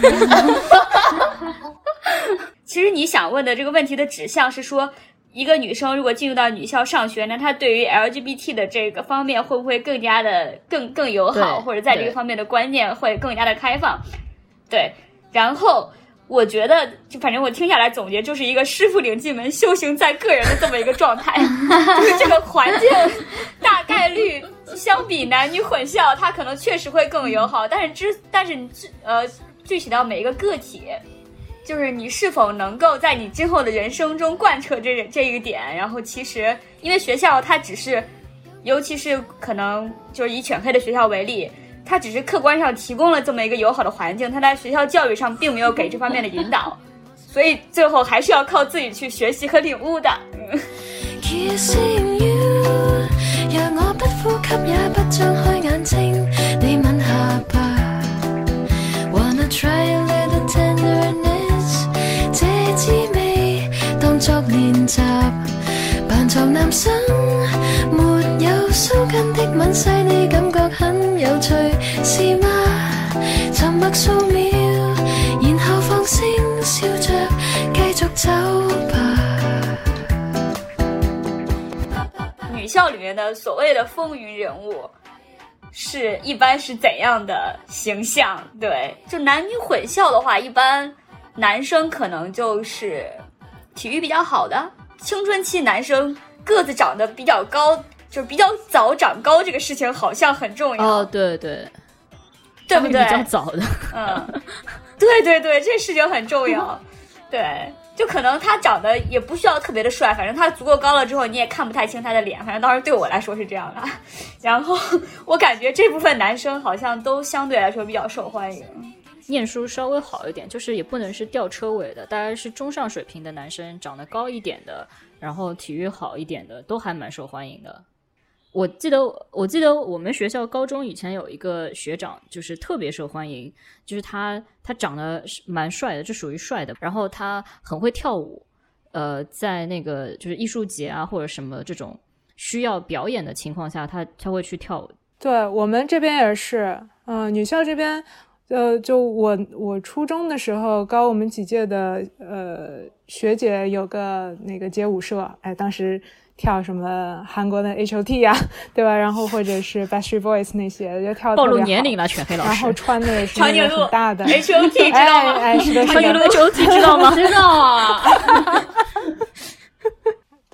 其实你想问的这个问题的指向是说，一个女生如果进入到女校上学呢，她对于 LGBT 的这个方面会不会更加的更友好，或者在这个方面的观念会更加的开放？对，然后我觉得就反正我听下来总结就是一个师傅领进门，修行在个人的这么一个状态。就是这个环境大概率相比男女混校它可能确实会更友好，但是具体到每一个个体，就是你是否能够在你今后的人生中贯彻这一个点。然后其实因为学校它只是，尤其是可能就是以犬黑的学校为例，它只是客观上提供了这么一个友好的环境，它在学校教育上并没有给这方面的引導，所以最後還是要靠自己去學習和領悟的。讓我不呼吸也不張開眼睛，你吻下巴 Wanna try a little tenderness， 這滋味當作練習，扮作男生沒有鬚根的吻，細膩感覺很有趣，是嗎？沉默數秒，然後放聲笑着繼續走吧。女校里面的所谓的风云人物是一般是怎样的形象？对，就男女混校的话，一般男生可能就是体育比较好的，青春期男生个子长得比较高，就是比较早长高，这个事情好像很重要。哦，对对，对不对？比较早的，对对对，这事情很重要。对，就可能他长得也不需要特别的帅，反正他足够高了之后，你也看不太清他的脸，反正当时对我来说是这样的。然后我感觉这部分男生好像都相对来说比较受欢迎。念书稍微好一点，就是也不能是吊车尾的，大概是中上水平的男生，长得高一点的，然后体育好一点的，都还蛮受欢迎的。我记得我们学校高中以前有一个学长，就是特别受欢迎，就是他长得蛮帅的，就属于帅的，然后他很会跳舞，在那个就是艺术节啊或者什么这种需要表演的情况下，他会去跳舞。对，我们这边也是，女校这边。就我初中的时候，高我们几届的学姐有个那个街舞社，当时跳什么韩国的 H.O.T 啊，对吧？然后或者是 Backstreet Boys 那些，就跳得特别好。暴露年龄了，犬黑老师。然后穿的也是那个很大的 H.O.T 知道吗？是的，长颈鹿 H.O.T 知道吗？知道啊。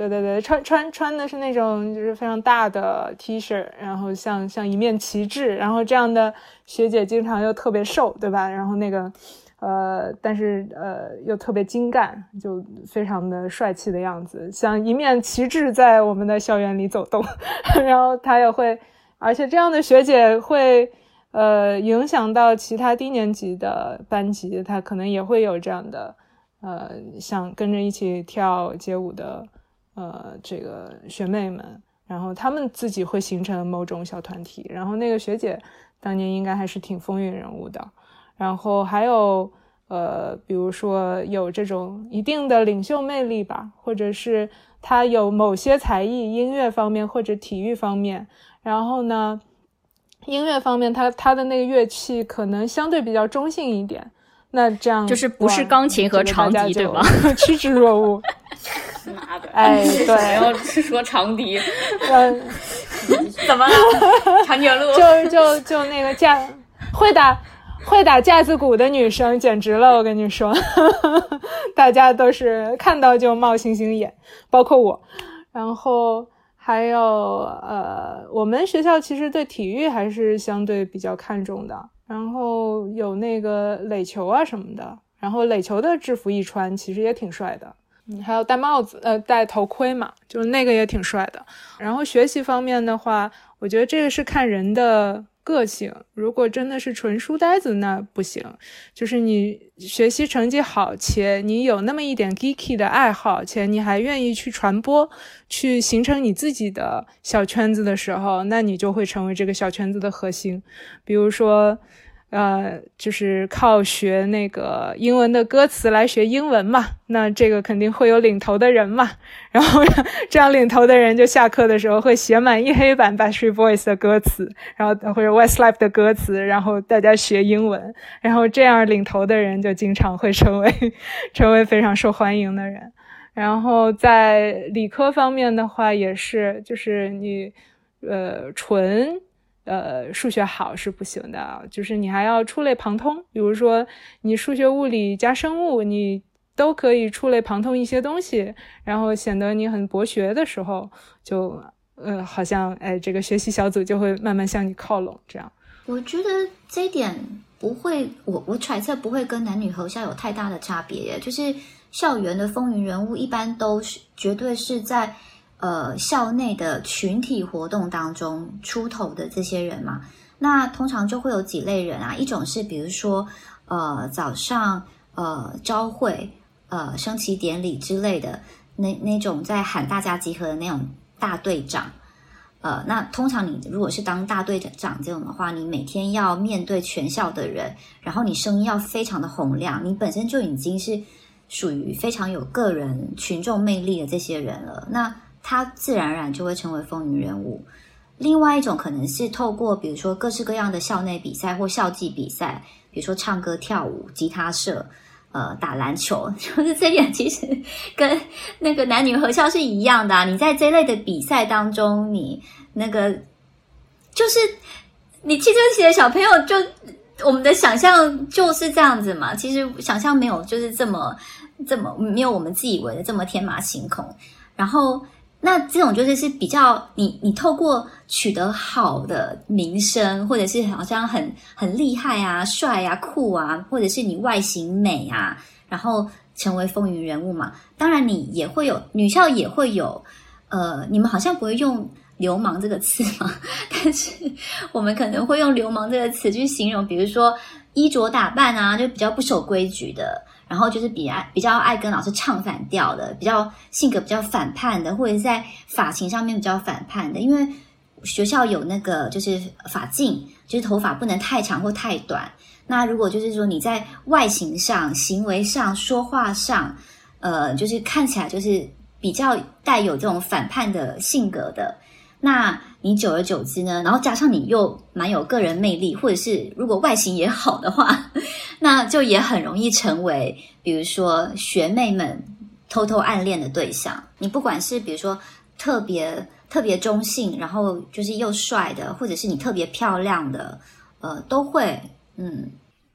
对，穿的是那种就是非常大的 T 恤，然后像一面旗帜，然后这样的学姐经常又特别瘦，对吧？然后那个但是又特别精干，就非常的帅气的样子，像一面旗帜在我们的校园里走动。然后她也会，而且这样的学姐会影响到其他低年级的班级，她可能也会有这样的像跟着一起跳街舞的这个学妹们，然后她们自己会形成某种小团体，然后那个学姐当年应该还是挺风云人物的。然后还有比如说有这种一定的领袖魅力吧，或者是他有某些才艺，音乐方面或者体育方面，然后呢音乐方面他的那个乐器可能相对比较中性一点，那这样就是不是钢琴和长笛，对吧？ 趋之若鹜。 妈的， 哎，对， 然后是说长笛， 怎么了？长颈鹿就那个会打架子鼓的女生简直了，我跟你说。大家都是看到就冒星星眼，包括我。然后还有我们学校其实对体育还是相对比较看重的，然后有那个垒球啊什么的，然后垒球的制服一穿其实也挺帅的。还有戴帽子戴头盔嘛，就是那个也挺帅的。然后学习方面的话，我觉得这个是看人的个性，如果真的是纯书呆子那不行，就是你学习成绩好，且你有那么一点 geeky 的爱好，且你还愿意去传播，去形成你自己的小圈子的时候，那你就会成为这个小圈子的核心。比如说就是靠学那个英文的歌词来学英文嘛，那这个肯定会有领头的人嘛，然后这样领头的人就下课的时候会写满一黑板 Backstreet Boys 的歌词，然后或者 Westlife 的歌词，然后大家学英文，然后这样领头的人就经常会成为非常受欢迎的人。然后在理科方面的话也是，就是你纯数学好是不行的，就是你还要触类旁通，比如说你数学物理加生物你都可以触类旁通一些东西，然后显得你很博学的时候，就好像这个学习小组就会慢慢向你靠拢。这样我觉得这一点不会，我揣测不会跟男女合校有太大的差别耶，就是校园的风云人物一般都是绝对是在校内的群体活动当中出头的这些人嘛，那通常就会有几类人啊，一种是比如说早上朝会升旗典礼之类的那种在喊大家集合的那种大队长，那通常你如果是当大队长这种的话，你每天要面对全校的人，然后你声音要非常的洪亮，你本身就已经是属于非常有个人群众魅力的这些人了，那他自然而然就会成为风云人物。另外一种可能是透过比如说各式各样的校内比赛或校际比赛，比如说唱歌跳舞、吉他社打篮球，就是这点其实跟那个男女合校是一样的啊。你在这类的比赛当中，你那个就是你青春期的小朋友就我们的想象就是这样子嘛，其实想象没有就是这么没有我们自以为的这么天马行空。然后那这种就是比较你透过取得好的名声，或者是好像很厉害啊、帅啊、酷啊，或者是你外形美啊，然后成为风云人物嘛。当然你也会有女校也会有你们好像不会用流氓这个词嘛，但是我们可能会用流氓这个词去形容，比如说衣着打扮啊，就比较不守规矩的，然后就是比较爱跟老师唱反调的，比较性格比较反叛的，或者是在发型上面比较反叛的，因为学校有那个就是发禁，就是头发不能太长或太短。那如果就是说你在外形上、行为上、说话上，就是看起来就是比较带有这种反叛的性格的，那你久而久之呢，然后加上你又蛮有个人魅力，或者是如果外形也好的话，那就也很容易成为比如说学妹们偷偷暗恋的对象。你不管是比如说特别中性，然后就是又帅的，或者是你特别漂亮的都会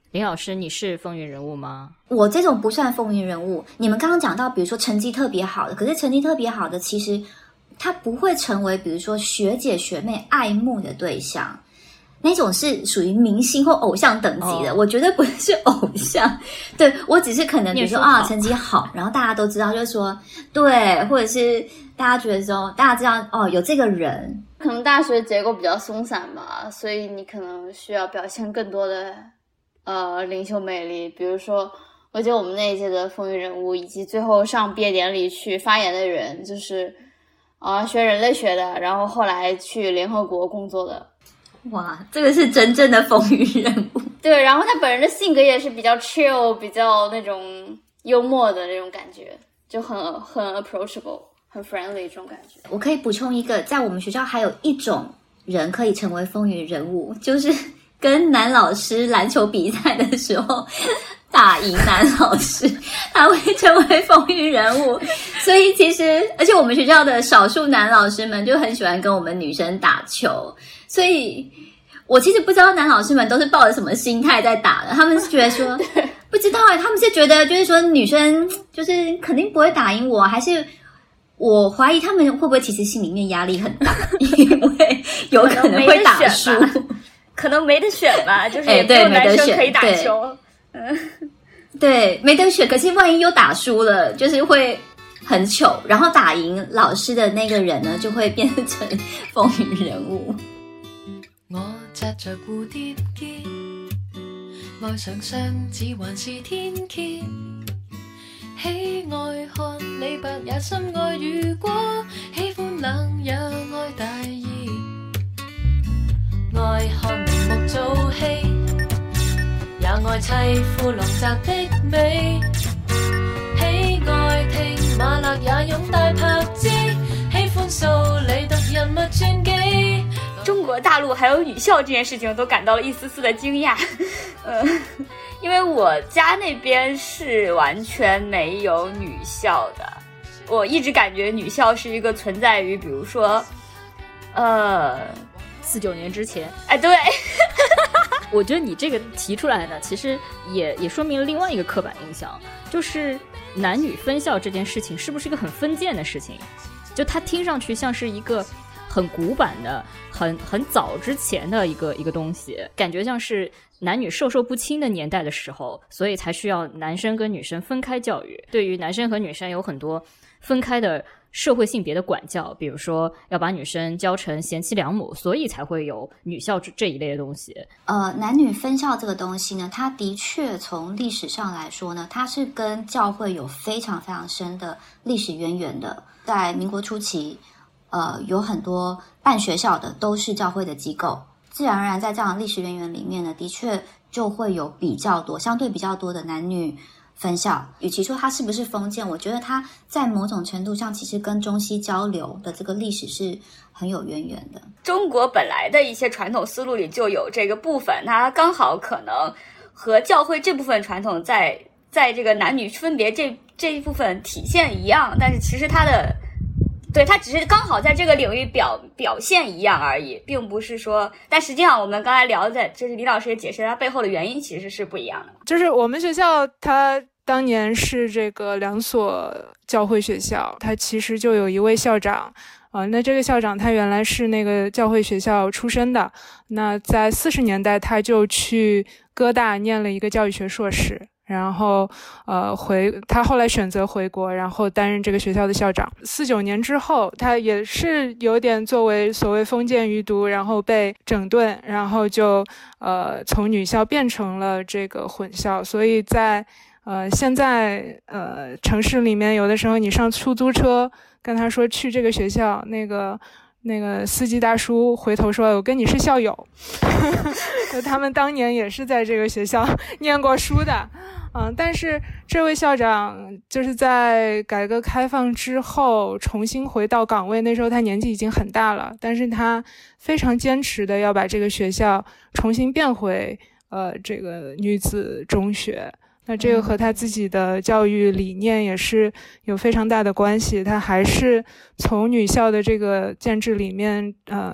林老师，你是风云人物吗？ 我这种不算风云人物。你们刚刚讲到，比如说成绩特别好的，可是成绩特别好的，其实他不会成为比如说学姐学妹爱慕的对象，那种是属于明星或偶像等级的。我觉得不是偶像，对，我只是可能比如说成绩好，然后大家都知道，就是说对，或者是大家觉得说大家知道有这个人。 可能大学结构比较松散吧，所以你可能需要表现更多的领袖魅力。比如说我觉得我们那一届的风云人物以及最后上毕业典礼去发言的人，就是学人类学的，然后后来去联合国工作的。 哇，这个是真正的风云人物。 对，然后他本人的性格也是比较 chill， 比较那种幽默的那种感觉，就很 approachable， 很 friendly 这种感觉。 我可以补充一个，在我们学校还有一种人可以成为风云人物，就是跟男老师篮球比赛的时候打赢男老师，他会成为风云人物。所以其实而且我们学校的少数男老师们就很喜欢跟我们女生打球，所以我其实不知道男老师们都是抱着什么心态在打的。他们是觉得说不知道他们是觉得就是说女生就是肯定不会打赢我，还是我怀疑他们会不会其实心里面压力很大，因为有可能会打输， 可能没得选吧，就是也没有男生可以打球。 对，没得选。可是万一又打输了，就是会很糗，然后打赢老师的那个人呢，就会变成风云人物。 我扎着蝴蝶结，愛上雙子還是天蠍，喜愛看你白也深愛如果，喜歡冷也愛大意，愛看明目做戲，也愛砌副龍澤的美，喜愛聽馬勒也擁戴拍子，喜歡數理讀人物傳記。 中國大陸還有女校這件事情都感到了一絲絲的驚訝。因為我家那邊是完全沒有女校的，我一直感覺女校是一個存在於比如說 49年之前。 哎，對。 我觉得你这个提出来呢，其实也说明了另外一个刻板印象，就是男女分校这件事情是不是一个很封建的事情，就它听上去像是一个很古板的很早之前的一个东西，感觉像是男女授受不亲的年代的时候，所以才需要男生跟女生分开教育。对于男生和女生有很多分开的社会性别的管教，比如说要把女生教成贤妻良母，所以才会有女校这一类的东西。 男女分校这个东西呢，它的确从历史上来说呢，它是跟教会有非常非常深的历史渊源的。在民国初期有很多办学校的都是教会的机构，自然而然在这样的历史渊源里面呢，的确就会有相对比较多的男女分校。与其说它是不是封建，我觉得它在某种程度上其实跟中西交流的这个历史是很有渊源的。中国本来的一些传统思路里就有这个部分，它刚好可能和教会这部分传统在这个男女分别这一部分体现一样，但是其实它只是刚好在这个领域表现一样而已，并不是说，但实际上我们刚才聊的，就是李老师也解释它背后的原因其实是不一样的。 就是我们学校它当年是这个2所教会学校，它其实就有一位校长那这个校长他原来是那个教会学校出身的，那在40年代他就去哥大念了一个教育学硕士，然后他后来选择回国，然后担任这个学校的校长。49年之后，他也是有点作为所谓封建余毒，然后被整顿，然后就从女校变成了这个混校。所以在现在城市里面，有的时候你上出租车跟他说去这个学校，那个司机大叔回头说我跟你是校友他们当年也是在这个学校念过书的。但是这位校长就是在改革开放之后重新回到岗位，那时候他年纪已经很大了，但是他非常坚持的要把这个学校重新变回这个女子中学。那这个和他自己的教育理念也是有非常大的关系，他还是从女校的这个建制里面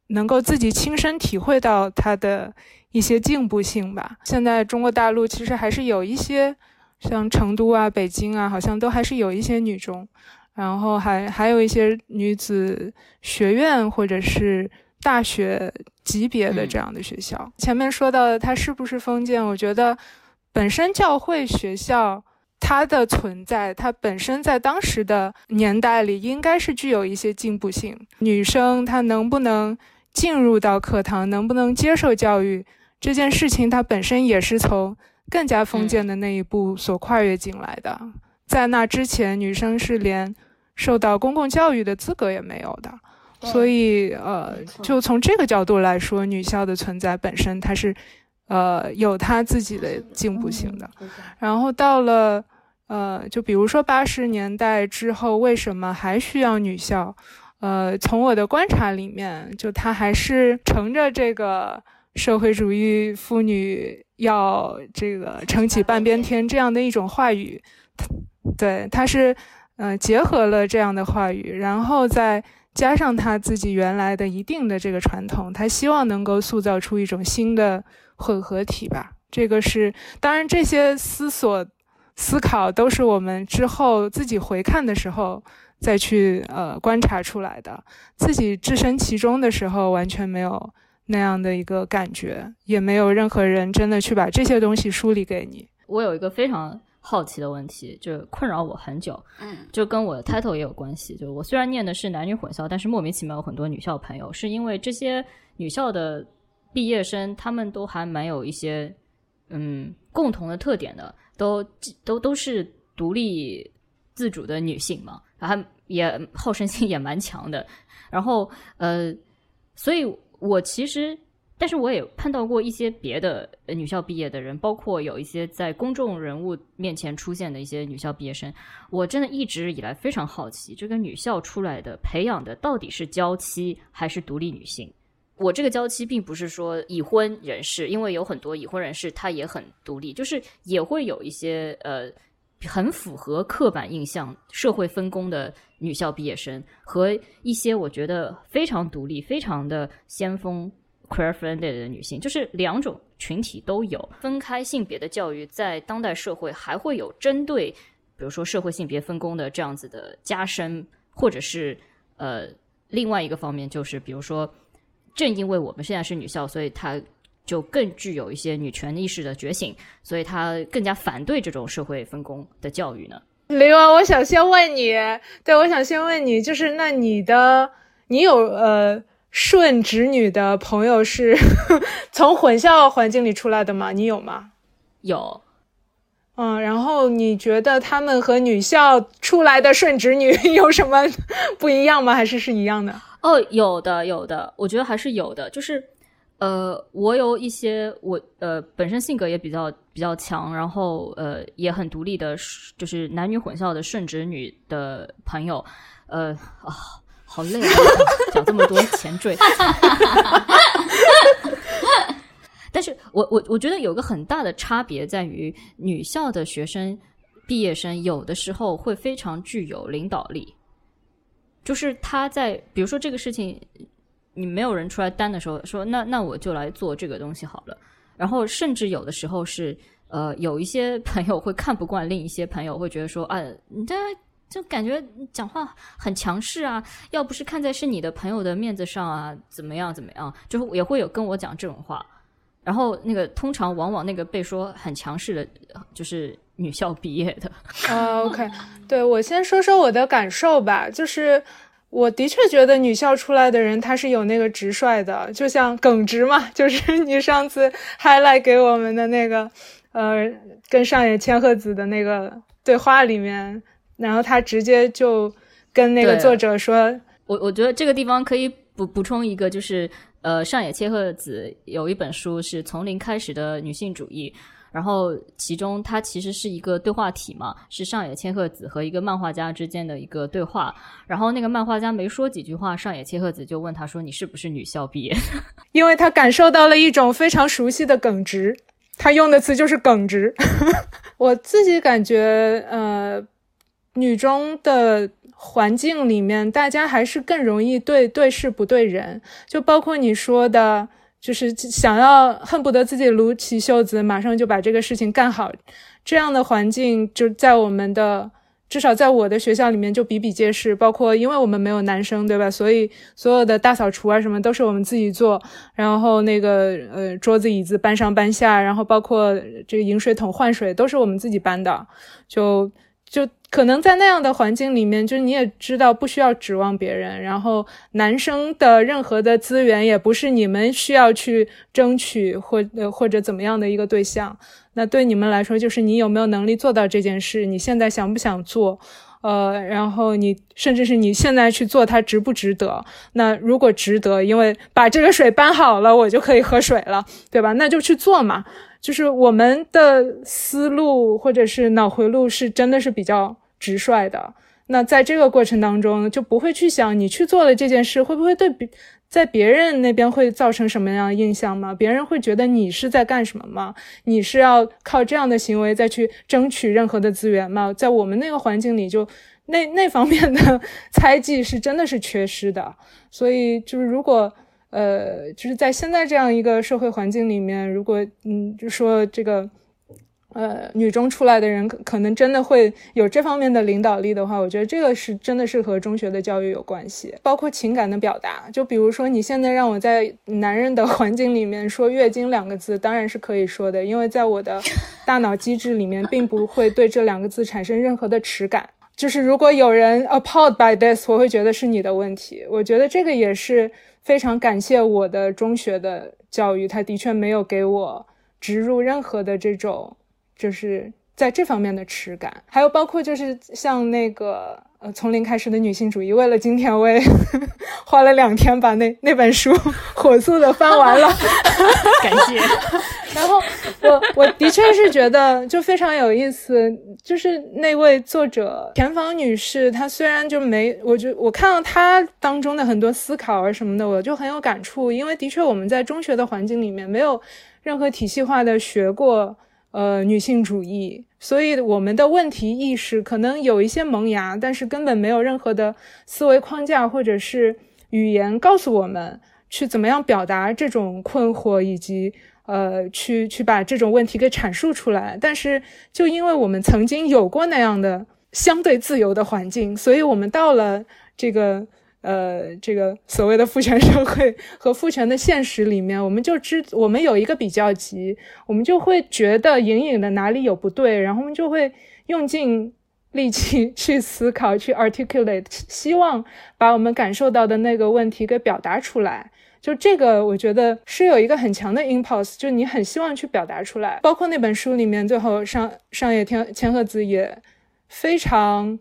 能够自己亲身体会到它的一些进步性吧。现在中国大陆其实还是有一些像成都啊、北京啊，好像都还是有一些女中，然后还有一些女子学院或者是大学级别的这样的学校。前面说到的它是不是封建，我觉得本身教会学校它的存在，它本身在当时的年代里应该是具有一些进步性。女生她能不能进入到课堂，能不能接受教育，这件事情它本身也是从更加封建的那一步所跨越进来的。在那之前，女生是连受到公共教育的资格也没有的。所以就从这个角度来说，女校的存在本身它是有它自己的进步性的。然后到了就比如说80年代之后，为什么还需要女校？从我的观察里面，就它还是乘着这个社会主义妇女要这个撑起半边天这样的一种话语，对，它是结合了这样的话语，然后再加上他自己原来的一定的这个传统，他希望能够塑造出一种新的混合体吧。这个是当然这些思考都是我们之后自己回看的时候再去观察出来的，自己置身其中的时候完全没有那样的一个感觉，也没有任何人真的去把这些东西梳理给你。 我有一个非常好奇的问题，就困扰我很久，就跟我的 title 也有关系。就我虽然念的是男女混校，但是莫名其妙有很多女校朋友，是因为这些女校的毕业生，他们都还蛮有一些共同的特点的，都是独立自主的女性嘛，然后也好胜心也蛮强的，然后所以我其实。但是我也碰到过一些别的女校毕业的人，包括有一些在公众人物面前出现的一些女校毕业生，我真的一直以来非常好奇，这个女校出来的培养的到底是娇妻还是独立女性。我这个娇妻并不是说已婚人士，因为有很多已婚人士她也很独立，就是也会有一些很符合刻板印象社会分工的女校毕业生，和一些我觉得非常独立非常的先锋queer friendly 的女性，就是两种群体都有。分开性别的教育在当代社会还会有针对比如说社会性别分工的这样子的加深，或者是另外一个方面就是比如说正因为我们现在是女校，所以它就更具有一些女权意识的觉醒，所以它更加反对这种社会分工的教育呢。 林文，我想先问你，就是那你有顺直女的朋友是从混校环境里出来的吗？你有吗？ 有。 然后你觉得他们和女校出来的顺直女有什么不一样吗？还是一样的？ 有的，我觉得还是有的。就是我有一些我本身性格也比较强，然后也很独立的，就是男女混校的顺直女的朋友，好累啊，讲这么多前缀。但是我觉得有个很大的差别在于，女校的学生毕业生有的时候会非常具有领导力，就是他在比如说这个事情你没有人出来担的时候，说那我就来做这个东西好了。然后甚至有的时候是有一些朋友会看不惯另一些朋友，会觉得说你这就感觉讲话很强势啊，要不是看在是你的朋友的面子上啊，怎么样，就也会有跟我讲这种话。然后那个通常往往那个被说很强势的就是女校毕业的。 OK， 对，我先说说我的感受吧。就是我的确觉得女校出来的人他是有那个直率的，就像耿直嘛，就是你上次 highlight 给我们的那个跟上野千鹤子的那个对话里面，然后他直接就跟那个作者说，我觉得这个地方可以补充一个，就是上野千鹤子有一本书是从零开始的女性主义，然后其中它其实是一个对话体嘛，是上野千鹤子和一个漫画家之间的一个对话，然后那个漫画家没说几句话，上野千鹤子就问他说你是不是女校毕业。 因为他感受到了一种非常熟悉的耿直，他用的词就是耿直。我自己感觉女中的环境里面，大家还是更容易对事不对人，就包括你说的就是想要恨不得自己撸起袖子马上就把这个事情干好，这样的环境就在我们的至少在我的学校里面就比比皆是，包括因为我们没有男生对吧，所以所有的大扫除啊什么都是我们自己做，然后那个桌子椅子搬上搬下，然后包括这个饮水桶换水都是我们自己搬的，就可能在那样的环境里面，就你也知道不需要指望别人，然后男生的任何的资源也不是你们需要去争取或者怎么样的一个对象，那对你们来说就是你有没有能力做到这件事，你现在想不想做，然后你甚至是你现在去做它值不值得，那如果值得，因为把这个水搬好了我就可以喝水了，对吧，那就去做嘛。就是我们的思路或者是脑回路是真的是比较直率的，那在这个过程当中就不会去想你去做了这件事会不会在别人那边会造成什么样的印象吗？别人会觉得你是在干什么吗？你是要靠这样的行为再去争取任何的资源吗？在我们那个环境里就那方面的猜忌是真的是缺失的，所以就是如果就是在现在这样一个社会环境里面，如果就说这个女中出来的人可能真的会有这方面的领导力的话，我觉得这个是真的是和中学的教育有关系，包括情感的表达。就比如说你现在让我在男人的环境里面说月经2个字，当然是可以说的，因为在我的大脑机制里面并不会对这2个字产生任何的耻感，就是如果有人 appalled by this， 我会觉得是你的问题。我觉得这个也是非常感谢我的中学的教育，它的确没有给我植入任何的这种就是在这方面的耻感。还有包括就是像那个从零开始的女性主义，为了今天我也花了2天把那本书火速的翻完了感谢然后我的确是觉得就非常有意思，就是那位作者田芳女士，她虽然就没我看到她当中的很多思考啊什么的，我就很有感触，因为的确我们在中学的环境里面没有任何体系化的学过女性主义，所以我们的问题意识可能有一些萌芽，但是根本没有任何的思维框架或者是语言告诉我们去怎么样表达这种困惑，以及去把这种问题给阐述出来。但是就因为我们曾经有过那样的相对自由的环境，所以我们到了这个所谓的父权社会和父权的现实里面，我们有一个比较级，我们就会觉得隐隐的哪里有不对，然后我们就会用尽力气去思考，去 articulate， 希望把我们感受到的那个问题给表达出来。就这个我觉得是有一个很强的 impulse， 就你很希望去表达出来。包括那本书里面最后上野千鹤子也非常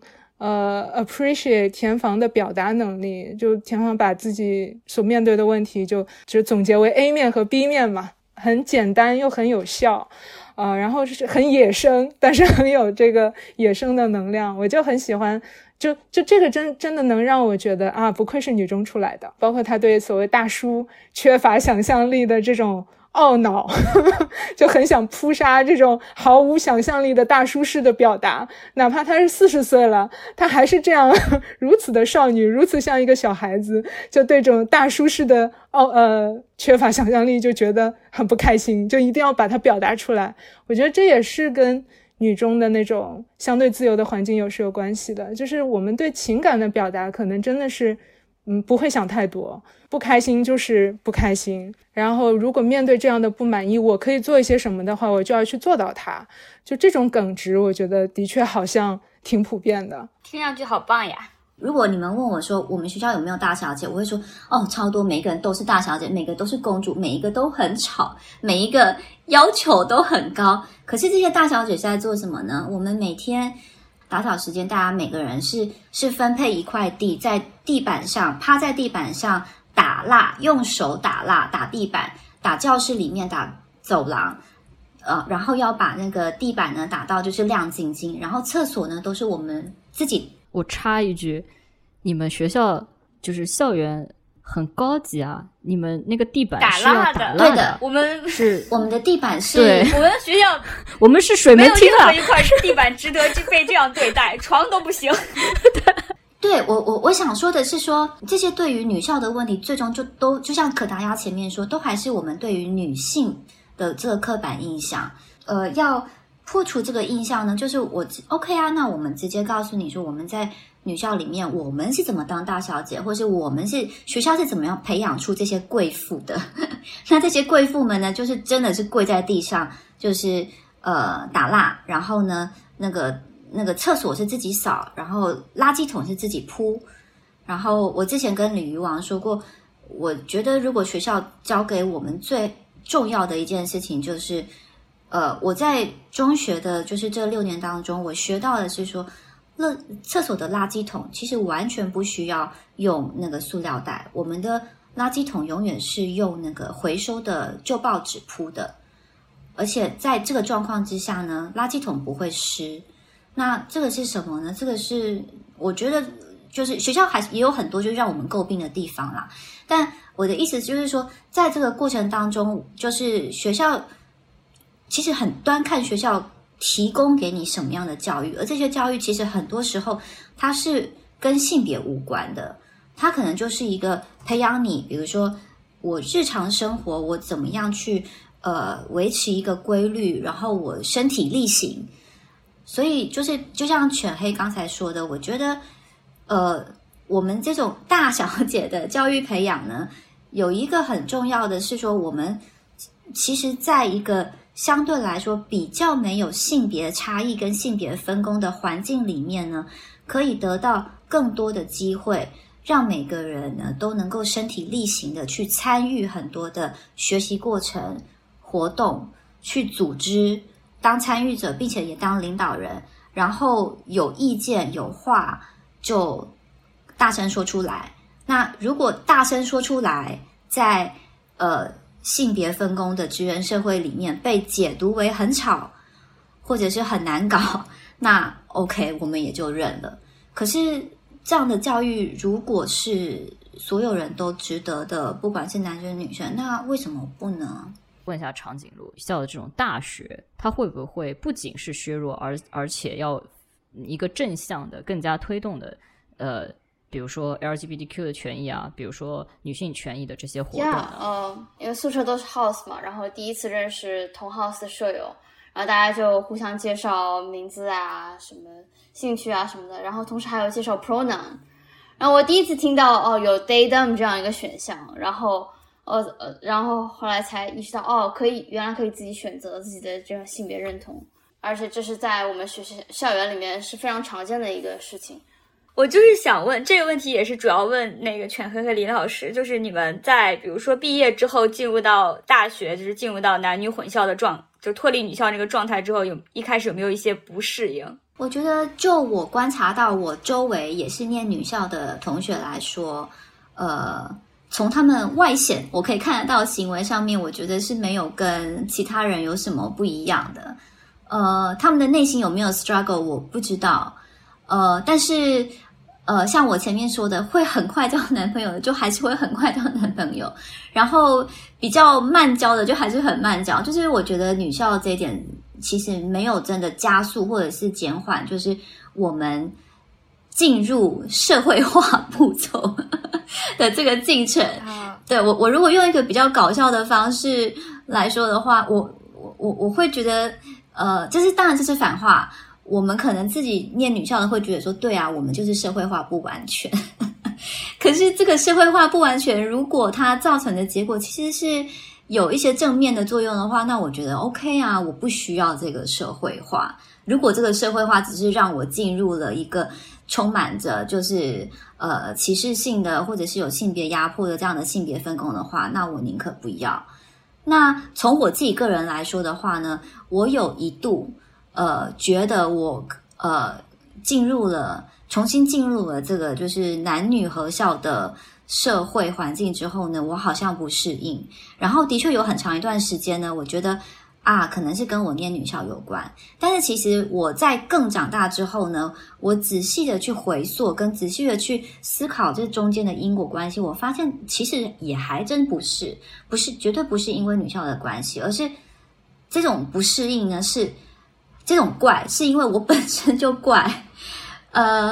appreciate 田房的表达能力，就田房把自己所面对的问题就总结为 A 面和 B 面嘛，很简单又很有效然后是很野生，但是很有这个野生的能量，我就很喜欢。就这个真的能让我觉得啊，不愧是女中出来的。包括他对所谓大叔缺乏想象力的这种懊恼就很想扑杀这种毫无想象力的大叔式的表达，哪怕他是40岁了，他还是这样如此的少女，如此像一个小孩子，就对这种大叔式的缺乏想象力就觉得很不开心，就一定要把它表达出来。我觉得这也是跟女中的那种相对自由的环境有关系的，就是我们对情感的表达可能真的是不会想太多，不开心就是不开心，然后如果面对这样的不满意，我可以做一些什么的话，我就要去做到它。就这种耿直我觉得的确好像挺普遍的。 听上去好棒呀。 如果你们问我说我们学校有没有大小姐，我会说超多，每个人都是大小姐，每个都是公主，每一个都很吵，每一个要求都很高。可是这些大小姐是在做什么呢？我们每天打扫时间，大家每个人是分配一块地，在地板上趴在地板上打蜡，用手打蜡，打地板，打教室里面，打走廊然后要把那个地板呢打到就是亮晶晶，然后厕所呢都是我们自己。 我插一句，你们学校就是校园很高级啊，你们那个地板是要打蜡的。 对的， 我们的地板是， 对， 我们学校我们是水门厅啊， 没有任何一块地板值得被这样对待，床都不行对，我想说的是说，这些对于女校的问题，最终就像可达鸭前面说，都还是我们对于女性的这个刻板印象。要破除这个印象呢，就是OK 啊，那我们直接告诉你说，我们在女校里面，我们是怎么当大小姐，或是我们是学校是怎么样培养出这些贵妇的。那这些贵妇们呢，就是真的是跪在地上，就是打蜡，然后呢，那个厕所是自己扫，然后垃圾桶是自己铺。然后我之前跟鲤鱼王说过，我觉得如果学校教给我们最重要的一件事情就是，我在中学的就是这6年当中，我学到的是说，厕所的垃圾桶其实完全不需要用那个塑料袋，我们的垃圾桶永远是用那个回收的旧报纸铺的，而且在这个状况之下呢，垃圾桶不会湿。那这个是什么呢？这个是我觉得就是学校也有很多就是让我们诟病的地方啦，但我的意思就是说，在这个过程当中，就是学校其实很端看学校提供给你什么样的教育，而这些教育其实很多时候它是跟性别无关的，它可能就是一个培养你，比如说我日常生活我怎么样去维持一个规律，然后我身体力行。所以就像犬黑刚才说的，我觉得我们这种大小姐的教育培养呢，有一个很重要的是说，我们其实在一个相对来说比较没有性别差异跟性别分工的环境里面呢，可以得到更多的机会，让每个人呢都能够身体力行的去参与很多的学习过程活动，去组织，当参与者并且也当领导人，然后有意见有话就大声说出来。那如果大声说出来，在性别分工的职人社会里面被解读为很吵或者是很难搞，那 OK 我们也就认了。可是这样的教育如果是所有人都值得的，不管是男生女生，那为什么不呢？ 问一下长颈鹿校的这种大学，它会不会不仅是削弱，而且要一个正向的更加推动的比如说 LGBTQ 的权益啊，比如说女性权益的这些活动啊。 因为宿舍都是 house 嘛，然后第一次认识同 house 的舍友，然后大家就互相介绍名字啊，什么兴趣啊什么的，然后同时还有介绍 pronoun。然后我第一次听到有 they them 这样一个选项，然后后来才意识到原来可以自己选择自己的这种性别认同，而且这是在我们校园里面是非常常见的一个事情。 我就是想问这个问题，也是主要问那个犬黑和李老师，就是你们在比如说毕业之后进入到大学，就是进入到男女混校的就脱离女校那个状态之后，一开始有没有一些不适应？ 我觉得就我观察到我周围也是念女校的同学来说，从他们外显我可以看得到行为上面，我觉得是没有跟其他人有什么不一样的。他们的内心有没有 struggle 我不知道。但是像我前面说的，会很快交男朋友的就还是会很快交男朋友，然后比较慢交的就还是很慢交。就是我觉得女校这一点其实没有真的加速或者是减缓，就是我们进入社会化步骤的这个进程。对，我如果用一个比较搞笑的方式来说的话，我会觉得当然这是反话。我们可能自己念女校的会觉得说，对啊，我们就是社会化不完全。可是这个社会化不完全，如果它造成的结果其实是有一些正面的作用的话，那我觉得 OK 啊，我不需要这个社会化。如果这个社会化只是让我进入了一个充满着就是歧视性的或者是有性别压迫的这样的性别分工的话，那我宁可不要。那从我自己个人来说的话呢，我有一度觉得我重新进入了这个就是男女合校的社会环境之后呢，我好像不适应。然后的确有很长一段时间呢，我觉得可能是跟我念女校有关。但是其实我在更长大之后呢，我仔细的去回溯跟仔细的去思考这中间的因果关系，我发现其实也还真不是绝对不是因为女校的关系，而是这种不适应呢，是这种怪是因为我本身就怪。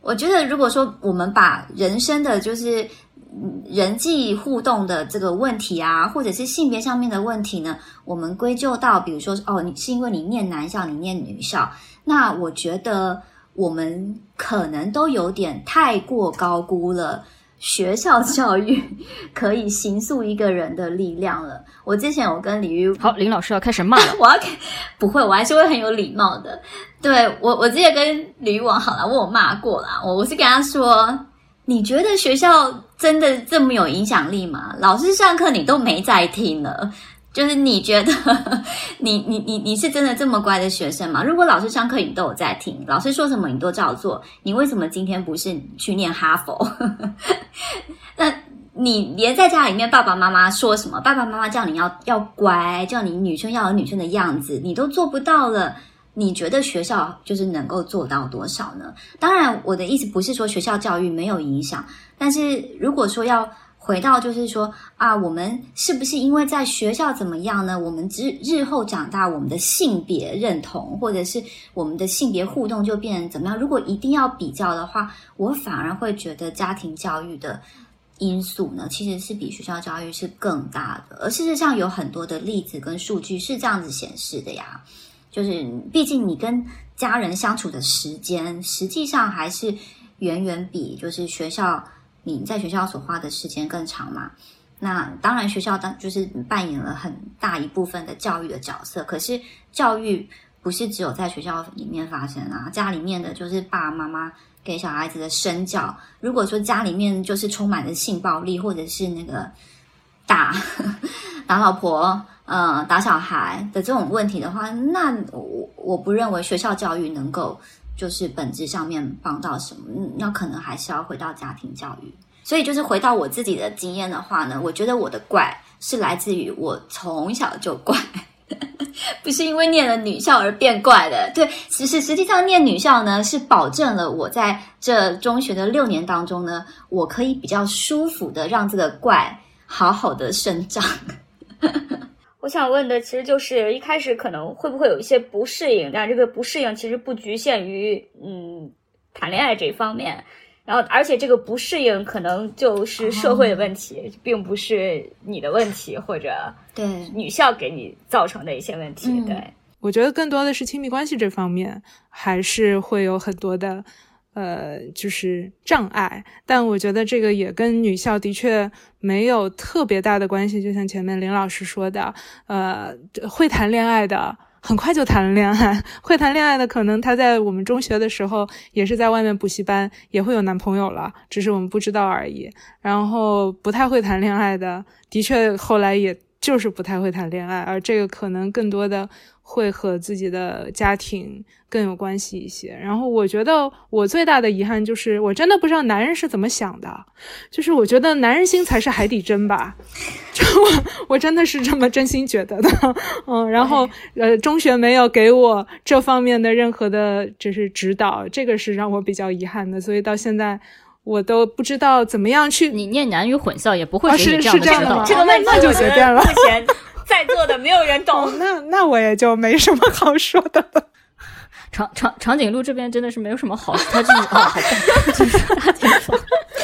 我觉得如果说我们把人生的就是人际互动的这个问题啊，或者是性别上面的问题呢，我们归咎到比如说你是因为你念男校你念女校，那我觉得我们可能都有点太过高估了学校教育可以形塑一个人的力量了。我之前有跟李玉， 好，林老师要开始骂了不会，我还是会很有礼貌的。对，我之前跟李玉王好了，我有骂过啦，我是跟他说，你觉得学校真的这么有影响力吗？老师上课你都没在听了，就是你觉得你是真的这么乖的学生吗？如果老师上课你都有在听，老师说什么你都照做，你为什么今天不是去念哈佛？那你连在家里面爸爸妈妈说什么，爸爸妈妈叫你要乖，叫你女生要有女生的样子，你都做不到了，你觉得学校就是能够做到多少呢？当然我的意思不是说学校教育没有影响，但是如果说要回到就是说我们是不是因为在学校怎么样呢，我们日后长大我们的性别认同或者是我们的性别互动就变成怎么样？如果一定要比较的话，我反而会觉得家庭教育的因素呢，其实是比学校教育是更大的。而事实上有很多的例子跟数据是这样子显示的呀，就是毕竟你跟家人相处的时间实际上还是远远比就是你在学校所花的时间更长嘛。那当然学校就是扮演了很大一部分的教育的角色，可是教育不是只有在学校里面发生啊，家里面的就是爸爸妈妈给小孩子的身教，如果说家里面就是充满了性暴力或者是那个打老婆打小孩的这种问题的话，那我不认为学校教育能够就是本质上面帮到什么，那可能还是要回到家庭教育。所以就是回到我自己的经验的话呢，我觉得我的怪是来自于我从小就怪不是因为念了女校而变怪的。对，实际上念女校呢是保证了我在这中学的6年当中呢，我可以比较舒服的让这个怪好好的生长我想问的其实就是一开始可能会不会有一些不适应，但这个不适应其实不局限于谈恋爱这方面，然后而且这个不适应可能就是社会的问题，并不是你的问题或者对女校给你造成的一些问题。对， 我觉得更多的是亲密关系这方面还是会有很多的就是障碍，但我觉得这个也跟女校的确没有特别大的关系，就像前面林老师说的会谈恋爱的很快就谈了恋爱，会谈恋爱的可能他在我们中学的时候也是在外面补习班也会有男朋友了，只是我们不知道而已。然后不太会谈恋爱的的确后来也就是不太会谈恋爱，而这个可能更多的会和自己的家庭更有关系一些。然后我觉得我最大的遗憾就是我真的不知道男人是怎么想的，就是我觉得男人心才是海底针吧，就我真的是这么真心觉得的。然后中学没有给我这方面的任何的就是指导，这个是让我比较遗憾的，所以到现在我都不知道怎么样去。 你念男女混校也不会给你这样的指导。 这个问题那就随便了。 目前在座的没有人懂。 那我也就没什么好说的了。 长颈鹿这边真的是没有什么好，他就是好棒，就是他挺爽。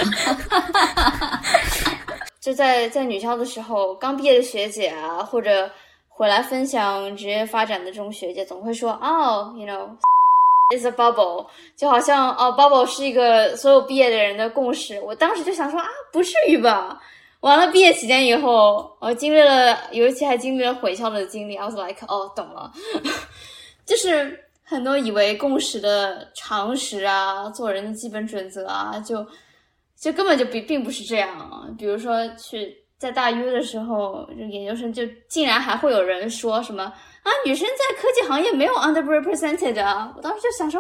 就在女校的时候，刚毕业的学姐啊，或者回来分享职业发展的这种学姐，总会说you know is a bubble， 就好像bubble 是一个所有毕业的人的共识。我当时就想说不至于吧。完了毕业期间以后，经历了有一期还经历了混校的经历，I was like 懂了就是很多以为共识的常识啊，做人的基本准则啊，就根本就并不是这样啊。比如说在大 U 的时候，研究生就竟然还会有人说什么女生在科技行业没有 underrepresented 啊。我当时就想说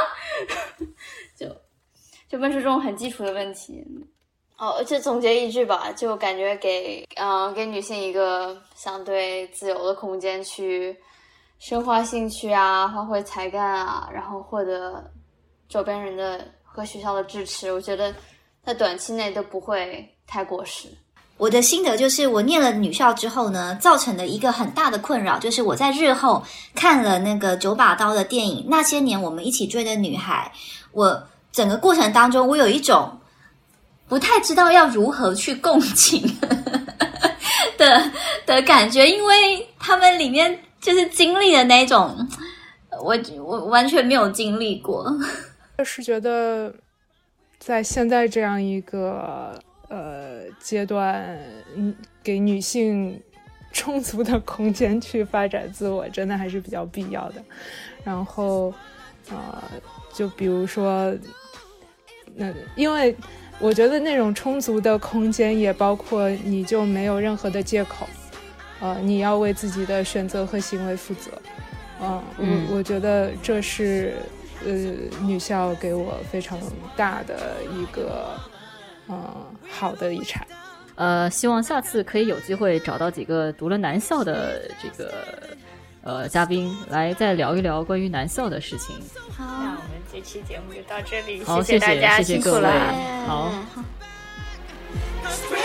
就问出这种很基础的问题。就总结一句吧，就感觉给女性一个相对自由的空间去深化兴趣啊，发挥才干啊，然后获得周边人的和学校的支持，我觉得在短期内都不会太过时。 我的心得就是我念了女校之后呢，造成的一个很大的困扰就是我在日后看了那个9把刀的电影《那些年我们一起追的女孩》，我整个过程当中，我有一种不太知道要如何去共情的感觉，因为他们里面就是经历的那种，我完全没有经历过。 是觉得在现在这样一个阶段，给女性充足的空间去发展自我，真的还是比较必要的。然后就比如说因为我觉得那种充足的空间也包括你就没有任何的借口，你要为自己的选择和行为负责。我觉得这是女校给我非常大的一个好的遗产。 希望下次可以有机会找到几个读了男校的这个嘉宾来再聊一聊关于男校的事情。 好，那我们这期节目就到这里， 好， 谢大家， 谢谢各位， 辛苦了。 好。